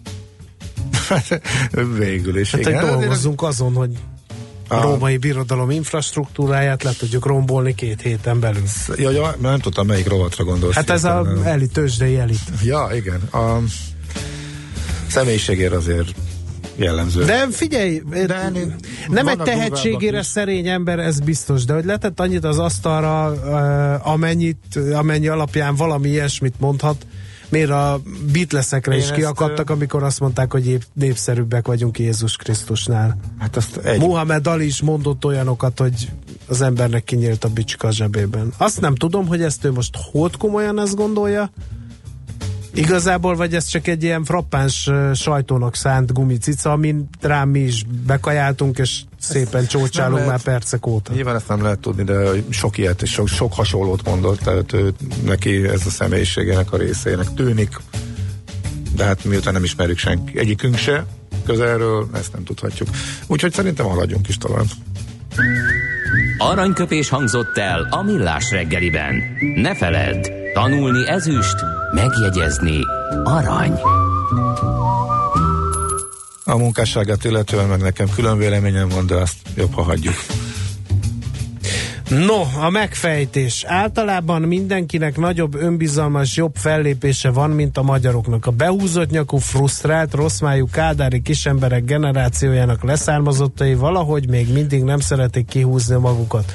Végül is, hát, igen. Hát, dolgozzunk azon, hogy a római birodalom infrastruktúráját le tudjuk rombolni két héten belül. Ja, ja, nem tudtam, melyik rovatra gondolsz. Hát ez a elit, tőzsdei elit. Ja, igen. A személyiségére azért jellemző. De figyelj, de nem egy tehetségére szerény ember, ez biztos, de hogy letett annyit az asztalra, amennyit, amennyi alapján valami ilyesmit mondhat, miért a Beatlesekre is kiakadtak, amikor azt mondták, hogy épp népszerűbbek vagyunk Jézus Krisztusnál. Hát azt egy... Muhammed Ali is mondott olyanokat, hogy az embernek kinyílt a bicska a zsebében. Azt nem tudom, hogy ezt ő most holt komolyan ezt gondolja, igazából, vagy ez csak egy ilyen frappáns sajtónak szánt gumicica, amin rám mi is bekajáltunk, és szépen csócsálunk már percek óta. Nyilván ezt nem lehet tudni, de sok ilyet és sok, sok hasonlót mondott, tehát ő, neki ez a személyiségének a részének tűnik, de hát miután nem ismerjük senki, egyikünk se közelről, ezt nem tudhatjuk. Úgyhogy szerintem haladjunk is tovább. Aranyköpés hangzott el a millás reggeliben. Ne feledd, tanulni ezüst, megjegyezni arany. A munkásságát illetően meg nekem külön véleményem van, de azt jobb, ha hagyjuk. No, a megfejtés. Általában mindenkinek nagyobb önbizalmas, jobb fellépése van, mint a magyaroknak. A behúzott nyakú, frusztrált, rosszmájú kádári kisemberek generációjának leszármazottai valahogy még mindig nem szeretik kihúzni magukat.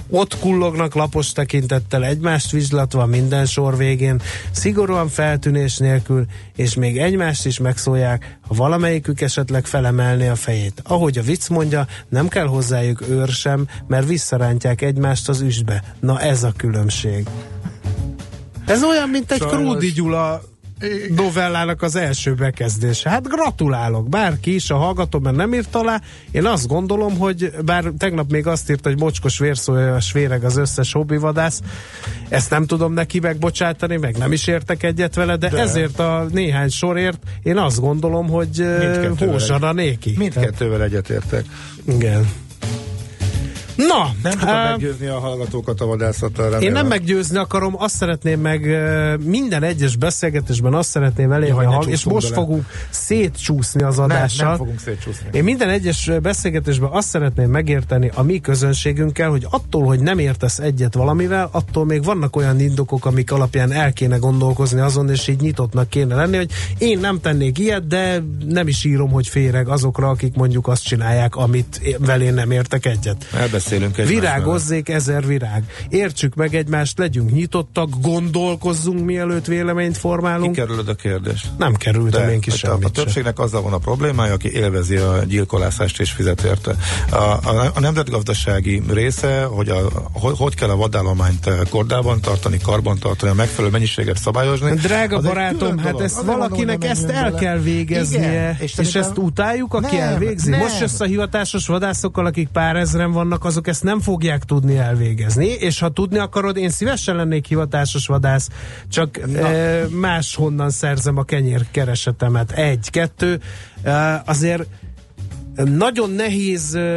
Ott kullognak lapos tekintettel, egymást vizslatva minden sor végén, szigorúan feltűnés nélkül, és még egymást is megszólják, ha valamelyikük esetleg felemelné a fejét. Ahogy a vicc mondja, nem kell hozzájuk őr sem, mert visszarántják egymást az üstbe. Na ez a különbség. Ez olyan, mint egy Sajnos. Krúdi Gyula novellának az első bekezdése. Hát gratulálok, bárki is, a hallgató, mert nem írt alá. Én azt gondolom, hogy bár tegnap még azt írt, hogy mocskos vérszólyas véreg az összes hobbivadász, ezt nem tudom neki megbocsátani, meg nem is értek egyet vele, de, de. ezért a néhány sorért én azt gondolom, hogy hózsana néki. Mindkettővel egyetértek. Igen. Na, nem tudom uh, meggyőzni a hallgatókat a vadászattal. Én nem meggyőzni akarom, azt szeretném meg uh, minden egyes beszélgetésben azt szeretném elérni, ja, hall- és most bele. fogunk szétcsúszni az adással. Nem, nem fogunk szétcsúszni. Én minden egyes beszélgetésben azt szeretném megérteni a mi közönségünkkel, hogy attól, hogy nem értesz egyet valamivel, attól még vannak olyan indokok, amik alapján el kéne gondolkozni azon, és így nyitottnak kéne lenni, hogy én nem tennék ilyet, de nem is írom, hogy féreg azokra, akik mondjuk azt csinálják, amit velén nem értek egyet. Virágozzék ezer virág. Értsük meg egymást, legyünk nyitottak, gondolkozzunk, mielőtt véleményt formálunk. Kikerülöd a kérdést. Nem kerültem én ki semmit. A, a többségnek azzal van a problémája, aki élvezi a gyilkolászást és fizet érte. A, a, a nemzetgazdasági része, hogy a, hogy, hogy kell a vadállományt kordában tartani, karban tartani, a megfelelő mennyiséget szabályozni. Drága barátom, hát ezt valakinek ezt el bele. kell végeznie. Igen, és, és ezt utáljuk, aki nem, elvégzi. Nem. Most jössz a hivatásos vadászokkal, akik pár ezren vannak, azok ezt nem fogják tudni elvégezni, és ha tudni akarod, én szívesen lennék hivatásos vadász, csak e, máshonnan szerzem a kenyérkeresetemet. Egy, kettő, e, azért nagyon nehéz e,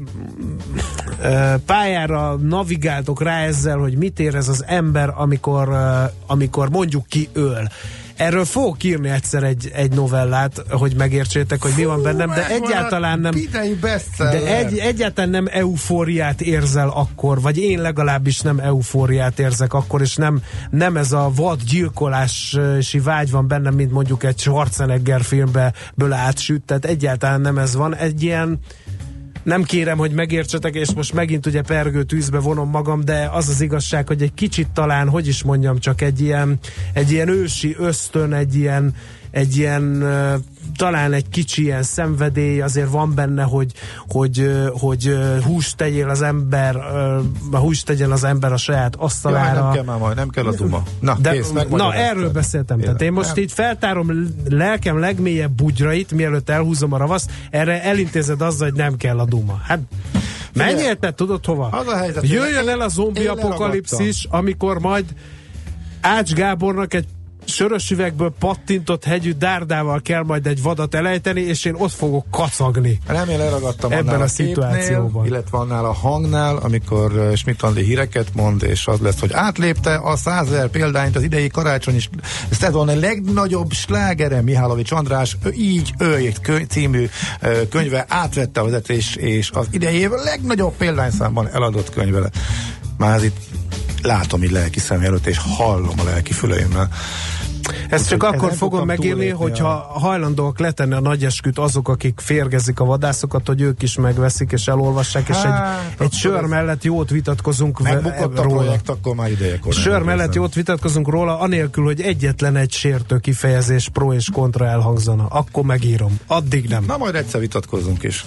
e, pályára navigáltok rá ezzel, hogy mit érez az ember, amikor, e, amikor mondjuk ki öl. Erről fogok írni egyszer egy, egy novellát, hogy megértsétek, hogy Fú, mi van bennem, de egyáltalán nem de egy, egyáltalán nem eufóriát érzel akkor, vagy én legalábbis nem eufóriát érzek akkor, és nem, nem ez a vad gyilkolási vágy van bennem, mint mondjuk egy Schwarzenegger filmből átsüt, tehát egyáltalán nem ez van. Egy ilyen nem kérem, hogy megértsetek, és most megint ugye pergő tűzbe vonom magam, de az az igazság, hogy egy kicsit talán, hogy is mondjam, csak egy ilyen, egy ilyen ősi ösztön, egy ilyen, egy ilyen talán egy kicsi ilyen szenvedély azért van benne, hogy, hogy, hogy húst tegyél az ember, húst tegyen az ember a saját asztalára. Jaj, nem kell már majd, nem kell a duma. Na, de, kész, na erről beszéltem. Tehát én most nem. így feltárom lelkem legmélyebb bugyrait, mielőtt elhúzom a ravaszt, erre elintézed azzal, hogy nem kell a duma. Hát menjél te, tudod hova? Az a helyzet, jöjjön el a zombi apokalipszis, amikor majd Ács Gábornak egy sörös üvegből pattintott hegyű dárdával kell majd egy vadat elejteni, és én ott fogok kacagni. Remélem elragadtam ebben annál a, a szituációban. Képnél, illetve annál a hangnál, amikor Schmidt-Andi híreket mond, és az lesz, hogy átlépte a százezer példányt az idei karácsonyi szezon legnagyobb slágere, Mihálovics András, így ő című könyve átvette a vezetés, és az idei év legnagyobb példányszámban eladott könyve. Már itt látom így lelki szem előtt, és hallom a lelki füleimmel. Ezt csak akkor fogom megírni, hogyha a... hajlandóak letenni a nagy esküt azok, akik férgezik a vadászokat, hogy ők is megveszik és elolvassák, és egy, egy sör mellett jót vitatkozunk megbukott a projekt, akkor már idejekor. Sör mellett jót vitatkozunk róla, anélkül, hogy egyetlen egy sértő kifejezés pro és kontra elhangzana. Akkor megírom. Addig nem. Na majd egyszer vitatkozzunk is.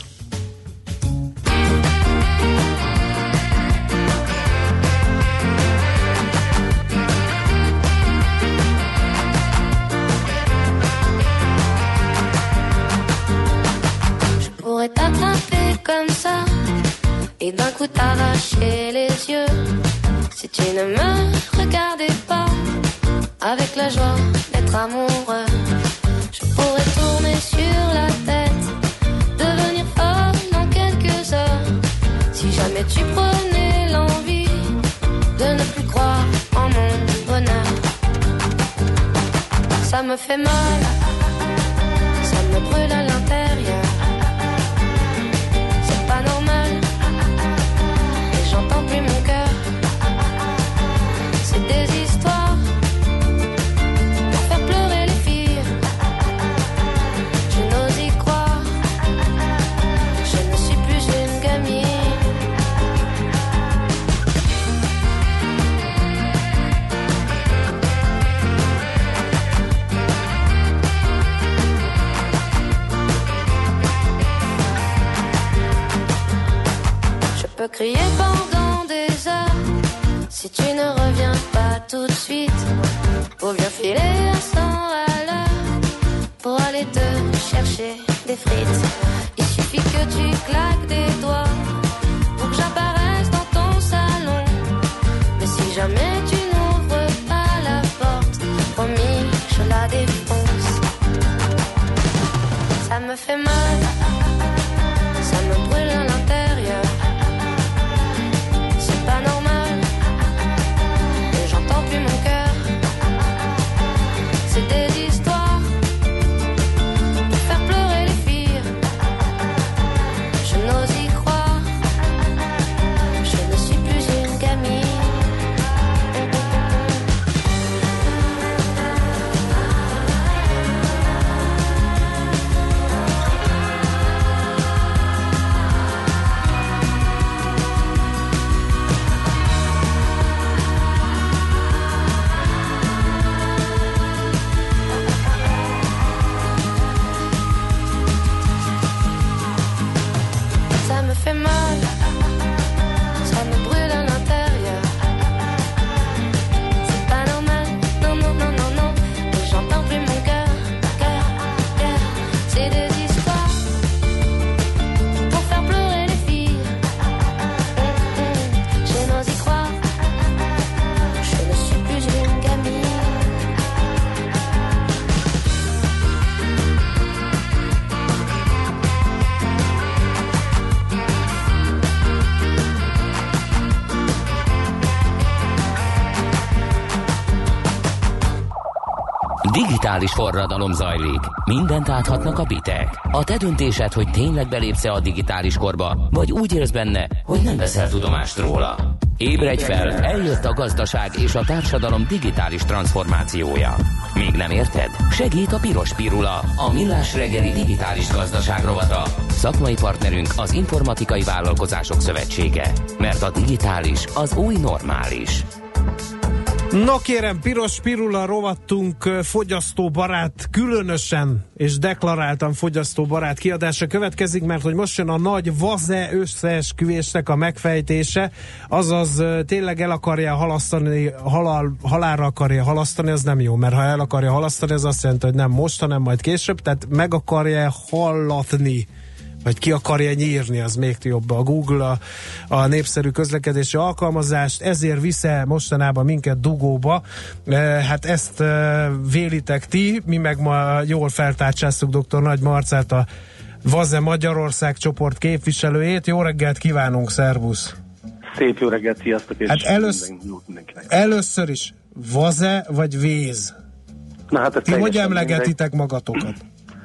Comme ça, et d'un coup t'arracher les yeux. Si tu ne me regardais pas avec la joie d'être amoureux, je pourrais tourner sur la tête, devenir folle en quelques heures. Si jamais tu prenais l'envie de ne plus croire en mon bonheur, ça me fait mal, ça me brûle à l'intérieur. J'entends plus mon cœur. C'est des histoires pour faire pleurer les filles. Je n'ose y croire. Je ne suis plus une gamine. peut crier pendant des heures. Si tu ne reviens pas tout de suite, faut bien filer à cent à l'heure pour aller te chercher des frites. Il suffit que tu claques des doigts pour que j'apparaisse dans ton salon. Mais si jamais tu n'ouvres pas la porte, promis, je la défonce. Ça me fait mal, ça me brûle à l'intérieur. C'est pas normal, et j'entends plus mon cœur. C'est des histoires pour faire pleurer les filles. Je n'ose y croire, je ne suis plus une gamine. Ça me fait mal, ça me brûle à l'intérieur. C'est pas normal, non, non, non, non, non. Et j'entends plus mon cœur, cœur, cœur. C'est des histoires pour faire pleurer les filles. Hum, hum, je n'ose y croire, je ne suis plus une gamine. Digitális forradalom zajlik. Mindent áthatnak a bitek. A te döntésed, hogy tényleg belépsz-e a digitális korba, vagy úgy élsz benne, hogy nem veszel tudomást róla. Ébredj fel, eljött a gazdaság és a társadalom digitális transformációja. Még nem érted? Segít a Piros Pirula, a Millás reggeli digitális gazdaság rovata. Szakmai partnerünk az Informatikai Vállalkozások Szövetsége. Mert a digitális az új normális. No kérem, Piros Pirula rovattunk fogyasztóbarát, különösen és deklaráltan fogyasztóbarát kiadása következik, mert hogy most jön a nagy vaze összeesküvésnek a megfejtése, azaz tényleg el akarja halasztani, halál, halálra akarja halasztani, az nem jó, mert ha el akarja halasztani, az azt jelenti, hogy nem most, hanem majd később, tehát meg akarja hallatni, vagy ki akarja nyírni, az még jobb. A Google a, a népszerű közlekedési alkalmazást, ezért visze mostanában minket dugóba. E, hát ezt e, vélitek ti, mi meg ma jól feltárcsázzuk dr. Nagy Marcát, a vaze Magyarország csoport képviselőjét. Jó reggelt kívánunk, szervusz! Szép jó reggelt, sziasztok! És hát elősz, először is vaze vagy véz? Na, hát ti hogy emlegetitek mindegy. magatokat?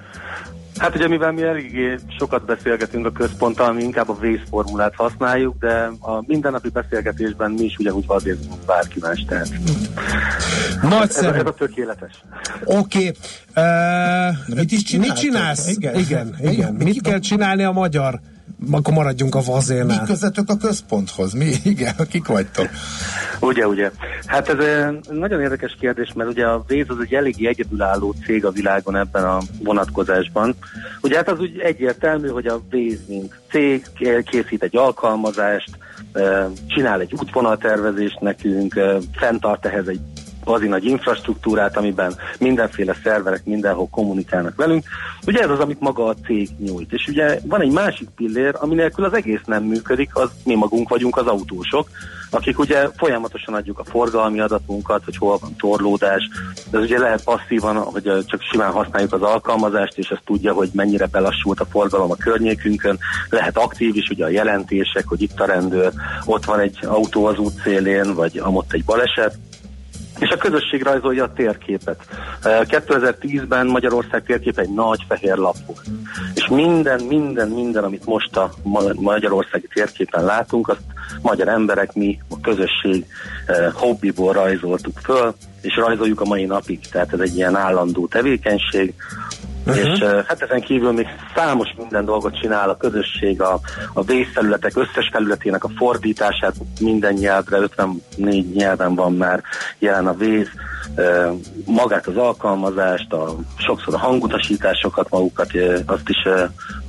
Hát ugye mivel mi eléggé sokat beszélgetünk a központtal, mi inkább a vészformulát használjuk, de a mindennapi beszélgetésben mi is ugyanúgy vazézunk bárki más, tehát nagyszerű. Ez, ez a tökéletes. Oké. Okay. Uh, mit is mit csinálsz? Igen, igen. igen. igen. Mit, mit kell csinálni a magyar? Akkor maradjunk a vazénál. Mi közöttök a központhoz? Mi? Igen, kik vagytok? Ugye, ugye. Hát ez egy nagyon érdekes kérdés, mert ugye a Waze az egy eléggé egyedülálló cég a világon ebben a vonatkozásban. Ugye hát az úgy egyértelmű, hogy a Waze mint cég készít egy alkalmazást, csinál egy útvonaltervezést nekünk, fenntart ehhez egy bazi nagy infrastruktúrát, amiben mindenféle szerverek mindenhol kommunikálnak velünk. Ugye ez az, amit maga a cég nyújt. És ugye van egy másik pillér, ami nélkül az egész nem működik, az mi magunk vagyunk, az autósok, akik ugye folyamatosan adjuk a forgalmi adatunkat, hogy hol van torlódás. Ez ugye lehet passzívan, hogy csak simán használjuk az alkalmazást, és ezt tudja, hogy mennyire belassult a forgalom a környékünkön. Lehet aktív is, ugye a jelentések, hogy itt a rendőr, ott van egy autó az útszélén, vagy amott egy baleset. És a közösség rajzolja a térképet. kétezer-tízben Magyarország térképe egy nagy fehér lap volt. És minden, minden, minden, amit most a magyarországi térképen látunk, azt magyar emberek, mi, a közösség hobbiból rajzoltuk föl, és rajzoljuk a mai napig. Tehát ez egy ilyen állandó tevékenység. Uh-huh. És uh, hát ezen kívül még számos minden dolgot csinál a közösség, a, a vészfelületek összes felületének a fordítását minden nyelvre, ötvennégy nyelven van már jelen a Waze, uh, magát az alkalmazást, a, sokszor a hangutasításokat magukat, uh, azt is uh,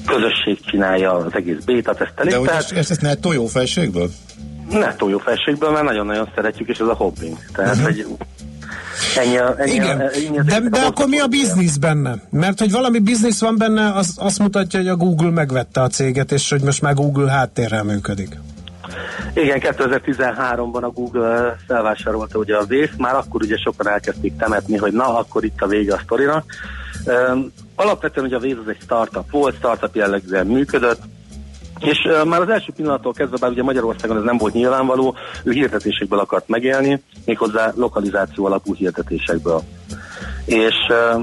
közösség csinálja az egész béta tesztelést. De hogy ezt, ezt, ezt nettó jó felségből? Nettó jó felségből, mert nagyon-nagyon szeretjük, és ez a hobbink. Tehát, uh-huh. hogy ennyi, ennyi, igen, ennyi de, de akkor mi a biznisz benne? Mert hogy valami biznisz van benne, az azt mutatja, hogy a Google megvette a céget, és hogy most már Google háttérrel működik. Igen, kétezer-tizenháromban a Google felvásárolta ugye a Waze, már akkor ugye sokan elkezdték temetni, hogy na, akkor itt a vége a sztorinak. Um, alapvetően ugye a Waze az egy startup volt, startup jellegűen működött, és uh, már az első pillanattól kezdve, bár ugye Magyarországon ez nem volt nyilvánvaló, ő hirdetésekből akart megélni, méghozzá lokalizáció alapú hirdetésekből. És uh,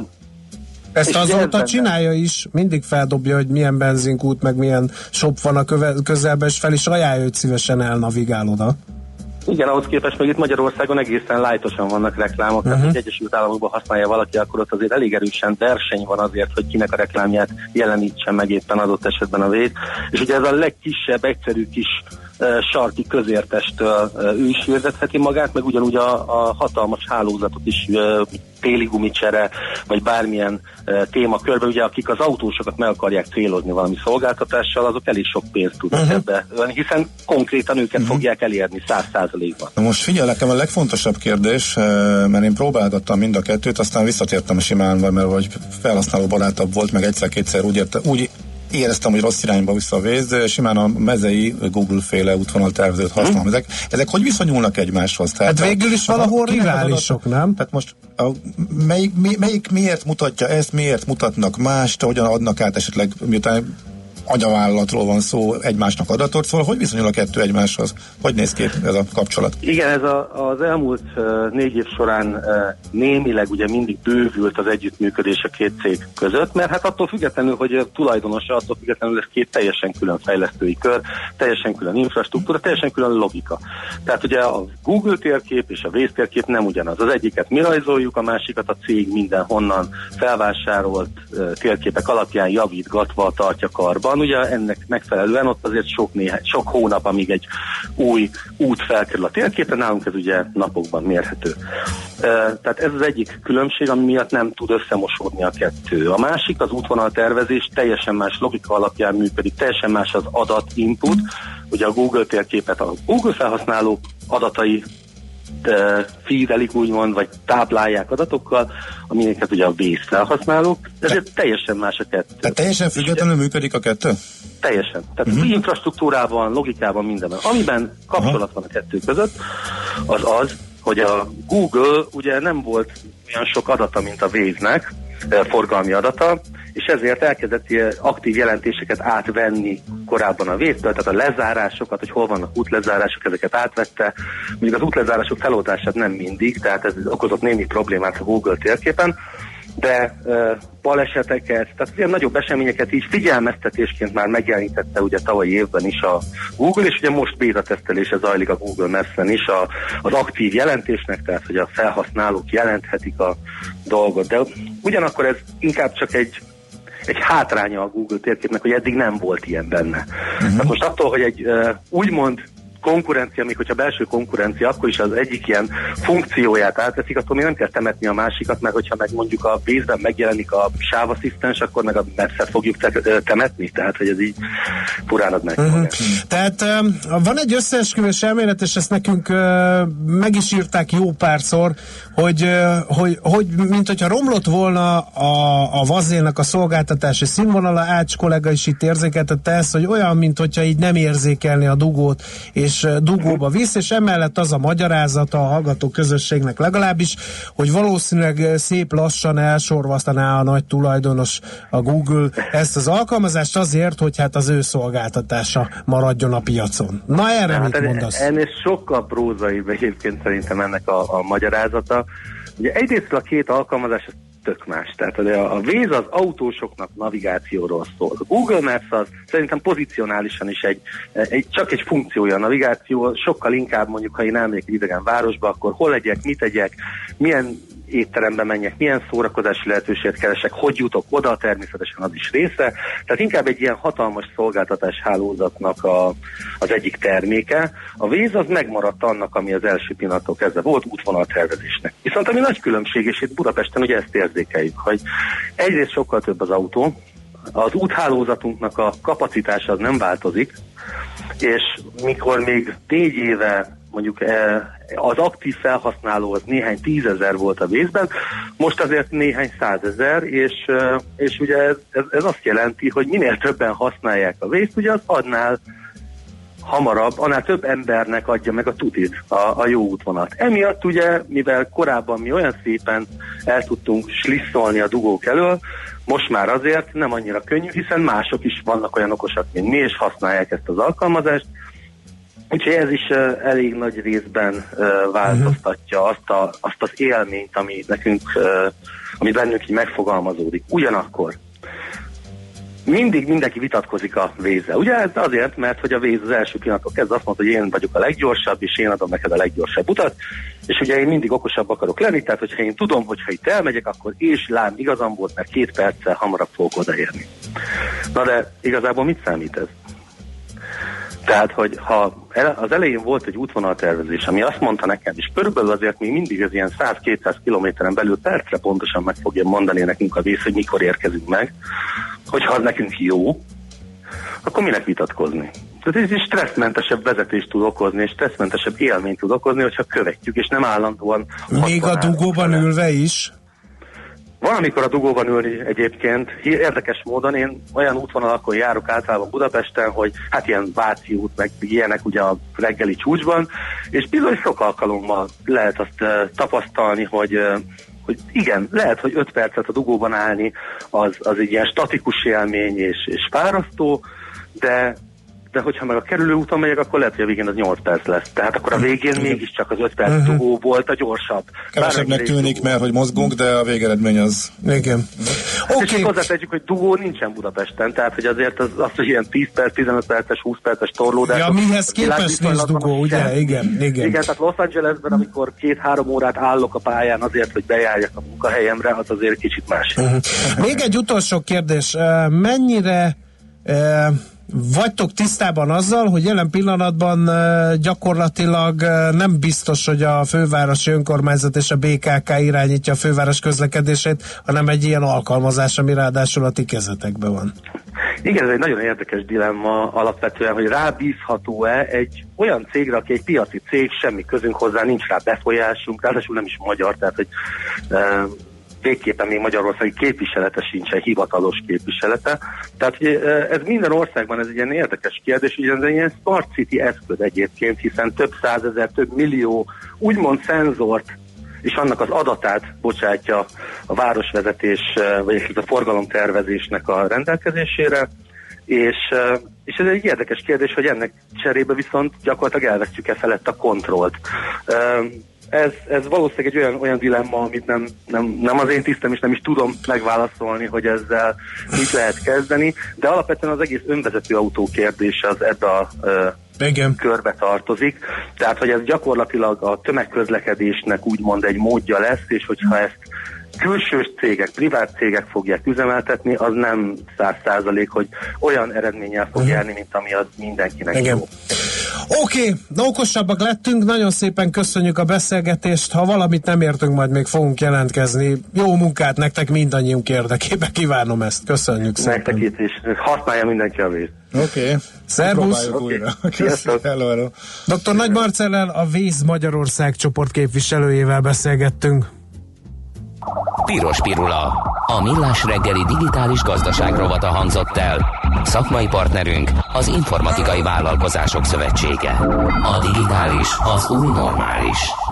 ezt azóta csinálja is, mindig feldobja, hogy milyen benzinkút, meg milyen shop van a köve- közelben, és fel is ajánlja, hogy szívesen elnavigál oda. Igen, ahhoz képest meg itt Magyarországon egészen lightosan vannak reklámok, uh-huh. tehát hogy Egyesült Államokban használja valaki, akkor ott azért elég erősen verseny van azért, hogy kinek a reklámját jelenítsen meg éppen adott esetben a Waze. És ugye ez a legkisebb, egyszerű kis uh, sarki közértestől uh, ő is hirdetheti magát, meg ugyanúgy a, a hatalmas hálózatot is uh, téli gumicsere, vagy bármilyen uh, témakörben, ugye akik az autósokat meg akarják célozni valami szolgáltatással, azok elég sok pénzt tudnak uh-huh. ebbe ölni, hiszen konkrétan őket uh-huh. fogják elérni száz százalékban. Na most figyelj, nekem a legfontosabb kérdés, mert én próbálgattam mind a kettőt, aztán visszatértem simán, mert vagy felhasználó barátabb volt, meg egyszer-kétszer úgy, érte, úgy éreztem, hogy rossz irányba vissza a Waze, de simán a mezei Google-féle útvonal tervezőt használom. Hmm. Ezek, ezek hogy viszonyulnak egymáshoz? Tehát hát végül is valahol riválisok, nem? Tehát most a, melyik, mi, melyik miért mutatja ezt, miért mutatnak mást, hogyan adnak át esetleg, miután anyavállalatról van szó, egymásnak adatot, szóval hogy viszonyul a kettő egymáshoz? Hogy néz ki ez a kapcsolat? Igen, ez a, az elmúlt uh, négy év során uh, némileg ugye mindig bővült az együttműködés a két cég között, mert hát attól függetlenül, hogy a tulajdonosa, attól függetlenül ez két teljesen külön fejlesztői kör, teljesen külön infrastruktúra, teljesen külön logika. Tehát ugye a Google térkép és a Waze térkép nem ugyanaz. Az egyiket mi rajzoljuk, a másikat a cég mindenhonnan felvásárolt uh, térképek alapján javítgatva tartja karban. Ugye ennek megfelelően ott azért sok, néhány, sok hónap, amíg egy új út felkerül a térképen, nálunk ez ugye napokban mérhető. Tehát ez az egyik különbség, ami miatt nem tud összemosódni a kettő. A másik, az útvonal tervezés teljesen más logika alapján működik, teljesen más az adat input. Ugye a Google térképet a Google felhasználók adatai feedelik úgymond, vagy táplálják adatokkal, amineket ugye a Waze felhasználók, ezért teljesen más a kettő. Tehát teljesen függetlenül működik a kettő? Teljesen. Tehát uh-huh. infrastruktúrában, logikában, mindenben. Amiben kapcsolat uh-huh. van a kettő között, az az, hogy a Google ugye nem volt olyan sok adata, mint a Waze-nek, forgalmi adata, és ezért elkezdett aktív jelentéseket átvenni korábban a Waze-től, tehát a lezárásokat, hogy hol vannak útlezárások, ezeket átvette. Mondjuk az útlezárások feloldását nem mindig, tehát ez okozott némi problémát a Google térképen, de uh, baleseteket, tehát ilyen nagyobb eseményeket így figyelmeztetésként már megjelenítette ugye tavalyi évben is a Google, és ugye most béta tesztelése zajlik a Google Maps-en is a, az aktív jelentésnek, tehát hogy a felhasználók jelenthetik a dolgot, de ugyanakkor ez inkább csak egy egy hátránya a Google térképnek, hogy eddig nem volt ilyen benne. Uh-huh. Tehát most attól, hogy egy uh, úgymond konkurencia, még hogyha belső konkurencia, akkor is az egyik ilyen funkcióját átveszik, attól még nem kell temetni a másikat, mert hogyha meg mondjuk a Waze-ben megjelenik a sávasszisztens, akkor meg a Maps-et fogjuk te- temetni, tehát hogy ez így furánad meg. Uh-huh. Tehát uh, van egy összeesküvés elmélet, és ezt nekünk uh, meg is írták jó párszor, hogy, uh, hogy, hogy mint hogyha romlott volna a, a Vazénak a szolgáltatási színvonala, Ács kollega is itt érzékeltette ezt, hogy olyan, mint hogyha így nem érzékelni a dugót, és dugóba visz, és emellett az a magyarázata a hallgató közösségnek legalábbis, hogy valószínűleg szép lassan elsorvasztaná a nagy tulajdonos a Google ezt az alkalmazást azért, hogy hát az ő szolgáltatása maradjon a piacon. Na erre hát mit mondasz? Ennél sokkal prózaibb egyébként szerintem ennek a, a magyarázata. Ugye egyrészt a két alkalmazás tök más. Tehát a, a Waze az autósoknak navigációról szól. A Google Maps az szerintem pozicionálisan is egy, egy, csak egy funkciója a navigáció, sokkal inkább mondjuk, ha én elmegyek egy idegen városba, akkor hol legyek, mit tegyek, milyen étterembe menjek, milyen szórakozási lehetőséget keresek, hogy jutok oda, természetesen az is része. Tehát inkább egy ilyen hatalmas szolgáltatás hálózatnak a, az egyik terméke. A Waze az megmaradt annak, ami az első pillanattól kezdve volt, útvonaltervezésnek. Viszont ami nagy különbség, és itt Budapesten ugye ezt érzékeljük, hogy egyrészt sokkal több az autó, az úthálózatunknak a kapacitása az nem változik, és mikor még négy éve mondjuk az aktív felhasználó az néhány tízezer volt a vészben, most azért néhány százezer, és, és ugye ez, ez, ez azt jelenti, hogy minél többen használják a vészt, ugye az annál hamarabb, annál több embernek adja meg a tutit, a, a jó útvonat. Emiatt ugye, mivel korábban mi olyan szépen el tudtunk slisszolni a dugók elől, most már azért nem annyira könnyű, hiszen mások is vannak olyan okosak, mint mi, és használják ezt az alkalmazást. Úgyhogy ez is uh, elég nagy részben uh, változtatja azt, a, azt az élményt, ami nekünk, uh, ami bennünk így megfogalmazódik. Ugyanakkor mindig mindenki vitatkozik a Waze-zel. Ugye ez azért, mert hogy a Waze az első pillanattól kezdve azt mondta, hogy én vagyok a leggyorsabb, és én adom neked a leggyorsabb utat, és ugye én mindig okosabb akarok lenni, tehát hogyha én tudom, hogy ha itt elmegyek, akkor és lám igazam volt, mert két perccel hamarabb fogok odaérni. Na de igazából mit számít ez? Tehát, hogy ha az elején volt egy útvonaltervezés, ami azt mondta nekem, és körülbelül azért még mindig az ilyen száz-kétszáz kilométeren belül percre pontosan meg fogja mondani nekünk a Waze, hogy mikor érkezünk meg, hogyha az nekünk jó, akkor minek vitatkozni? Tehát ez egy stresszmentesebb vezetést tud okozni, és stresszmentesebb élményt tud okozni, hogyha követjük, és nem állandóan... Még a dugóban ülve is? Van, amikor a dugóban ülni egyébként, érdekes módon én olyan útvonalakon járok általában Budapesten, hogy hát ilyen Váci út, meg ilyenek ugye a reggeli csúcsban, és bizony sok alkalommal lehet azt uh, tapasztalni, hogy, uh, hogy igen, lehet, hogy öt percet a dugóban állni az, az egy ilyen statikus élmény és, és fárasztó, de de hogyha meg a kerülő úton megyek, akkor lehet, hogy a végén az nyolc perc lesz. Tehát akkor a végén mégiscsak az öt perc uh-huh. dugó volt a gyorsabb. Kevesebbnek tűnik, mert hogy mozgunk, de a végeredmény az... Igen. Oké. Okay. És hozzátegyük, hogy dugó nincsen Budapesten, tehát hogy azért az, az hogy ilyen tíz perc, tizenöt perces, húsz perces torlódás. Ja, mihez képest nincs dugó, ugye? Igen, igen. Igen, tehát Los Angelesben, amikor két-három órát állok a pályán azért, hogy bejárjak a munkahelyemre, az azért kicsit más. Uh-huh. Még egy utolsó kérdés. Mennyire... Uh, vagytok tisztában azzal, hogy jelen pillanatban gyakorlatilag nem biztos, hogy a fővárosi önkormányzat és a bé ká ká irányítja a főváros közlekedését, hanem egy ilyen alkalmazás, ami ráadásul a ti kezetekben van. Igen, ez egy nagyon érdekes dilemma alapvetően, hogy rábízható-e egy olyan cégre, aki egy piaci cég, semmi közünk hozzá, nincs rá befolyásunk, ráadásul nem is magyar, tehát hogy uh, végképpen még Magyarországi képviselete sincsen, hivatalos képviselete. Tehát ugye, ez minden országban ez egy ilyen érdekes kérdés, ugye ez egy ilyen smart city eszköz egyébként, hiszen több százezer, több millió úgymond szenzort és annak az adatát bocsátja a városvezetés, vagy a forgalomtervezésnek a rendelkezésére, és, és ez egy érdekes kérdés, hogy ennek cserébe viszont gyakorlatilag elvesztjük-e felett a kontrollt. Ez, ez valószínűleg egy olyan, olyan dilemma, amit nem, nem, nem az én tisztem, és nem is tudom megválaszolni, hogy ezzel mit lehet kezdeni, de alapvetően az egész önvezető autó kérdése az ebbe a uh, körbe tartozik. Tehát, hogy ez gyakorlatilag a tömegközlekedésnek úgymond egy módja lesz, és hogyha ezt külsős cégek, privát cégek fogják üzemeltetni, az nem száz százalék, hogy olyan eredménnyel fog járni, mint ami az mindenkinek Igen. jó. Oké, okay, okosabbak lettünk, nagyon szépen köszönjük a beszélgetést, ha valamit nem értünk, majd még fogunk jelentkezni. Jó munkát nektek, mindannyiunk érdekében kívánom ezt, köszönjük szépen. Nektek itt is, használja mindenki a Waze. Oké, okay. Szervusz. Okay. Köszönjük. Hello, hello. doktor Nagy Marcellel, a Waze Magyarország csoport képviselőjével beszélgettünk. Piros Pirula. A millás reggeli digitális gazdaság rovata hangzott el. Szakmai partnerünk az Informatikai Vállalkozások Szövetsége. A digitális az új normális.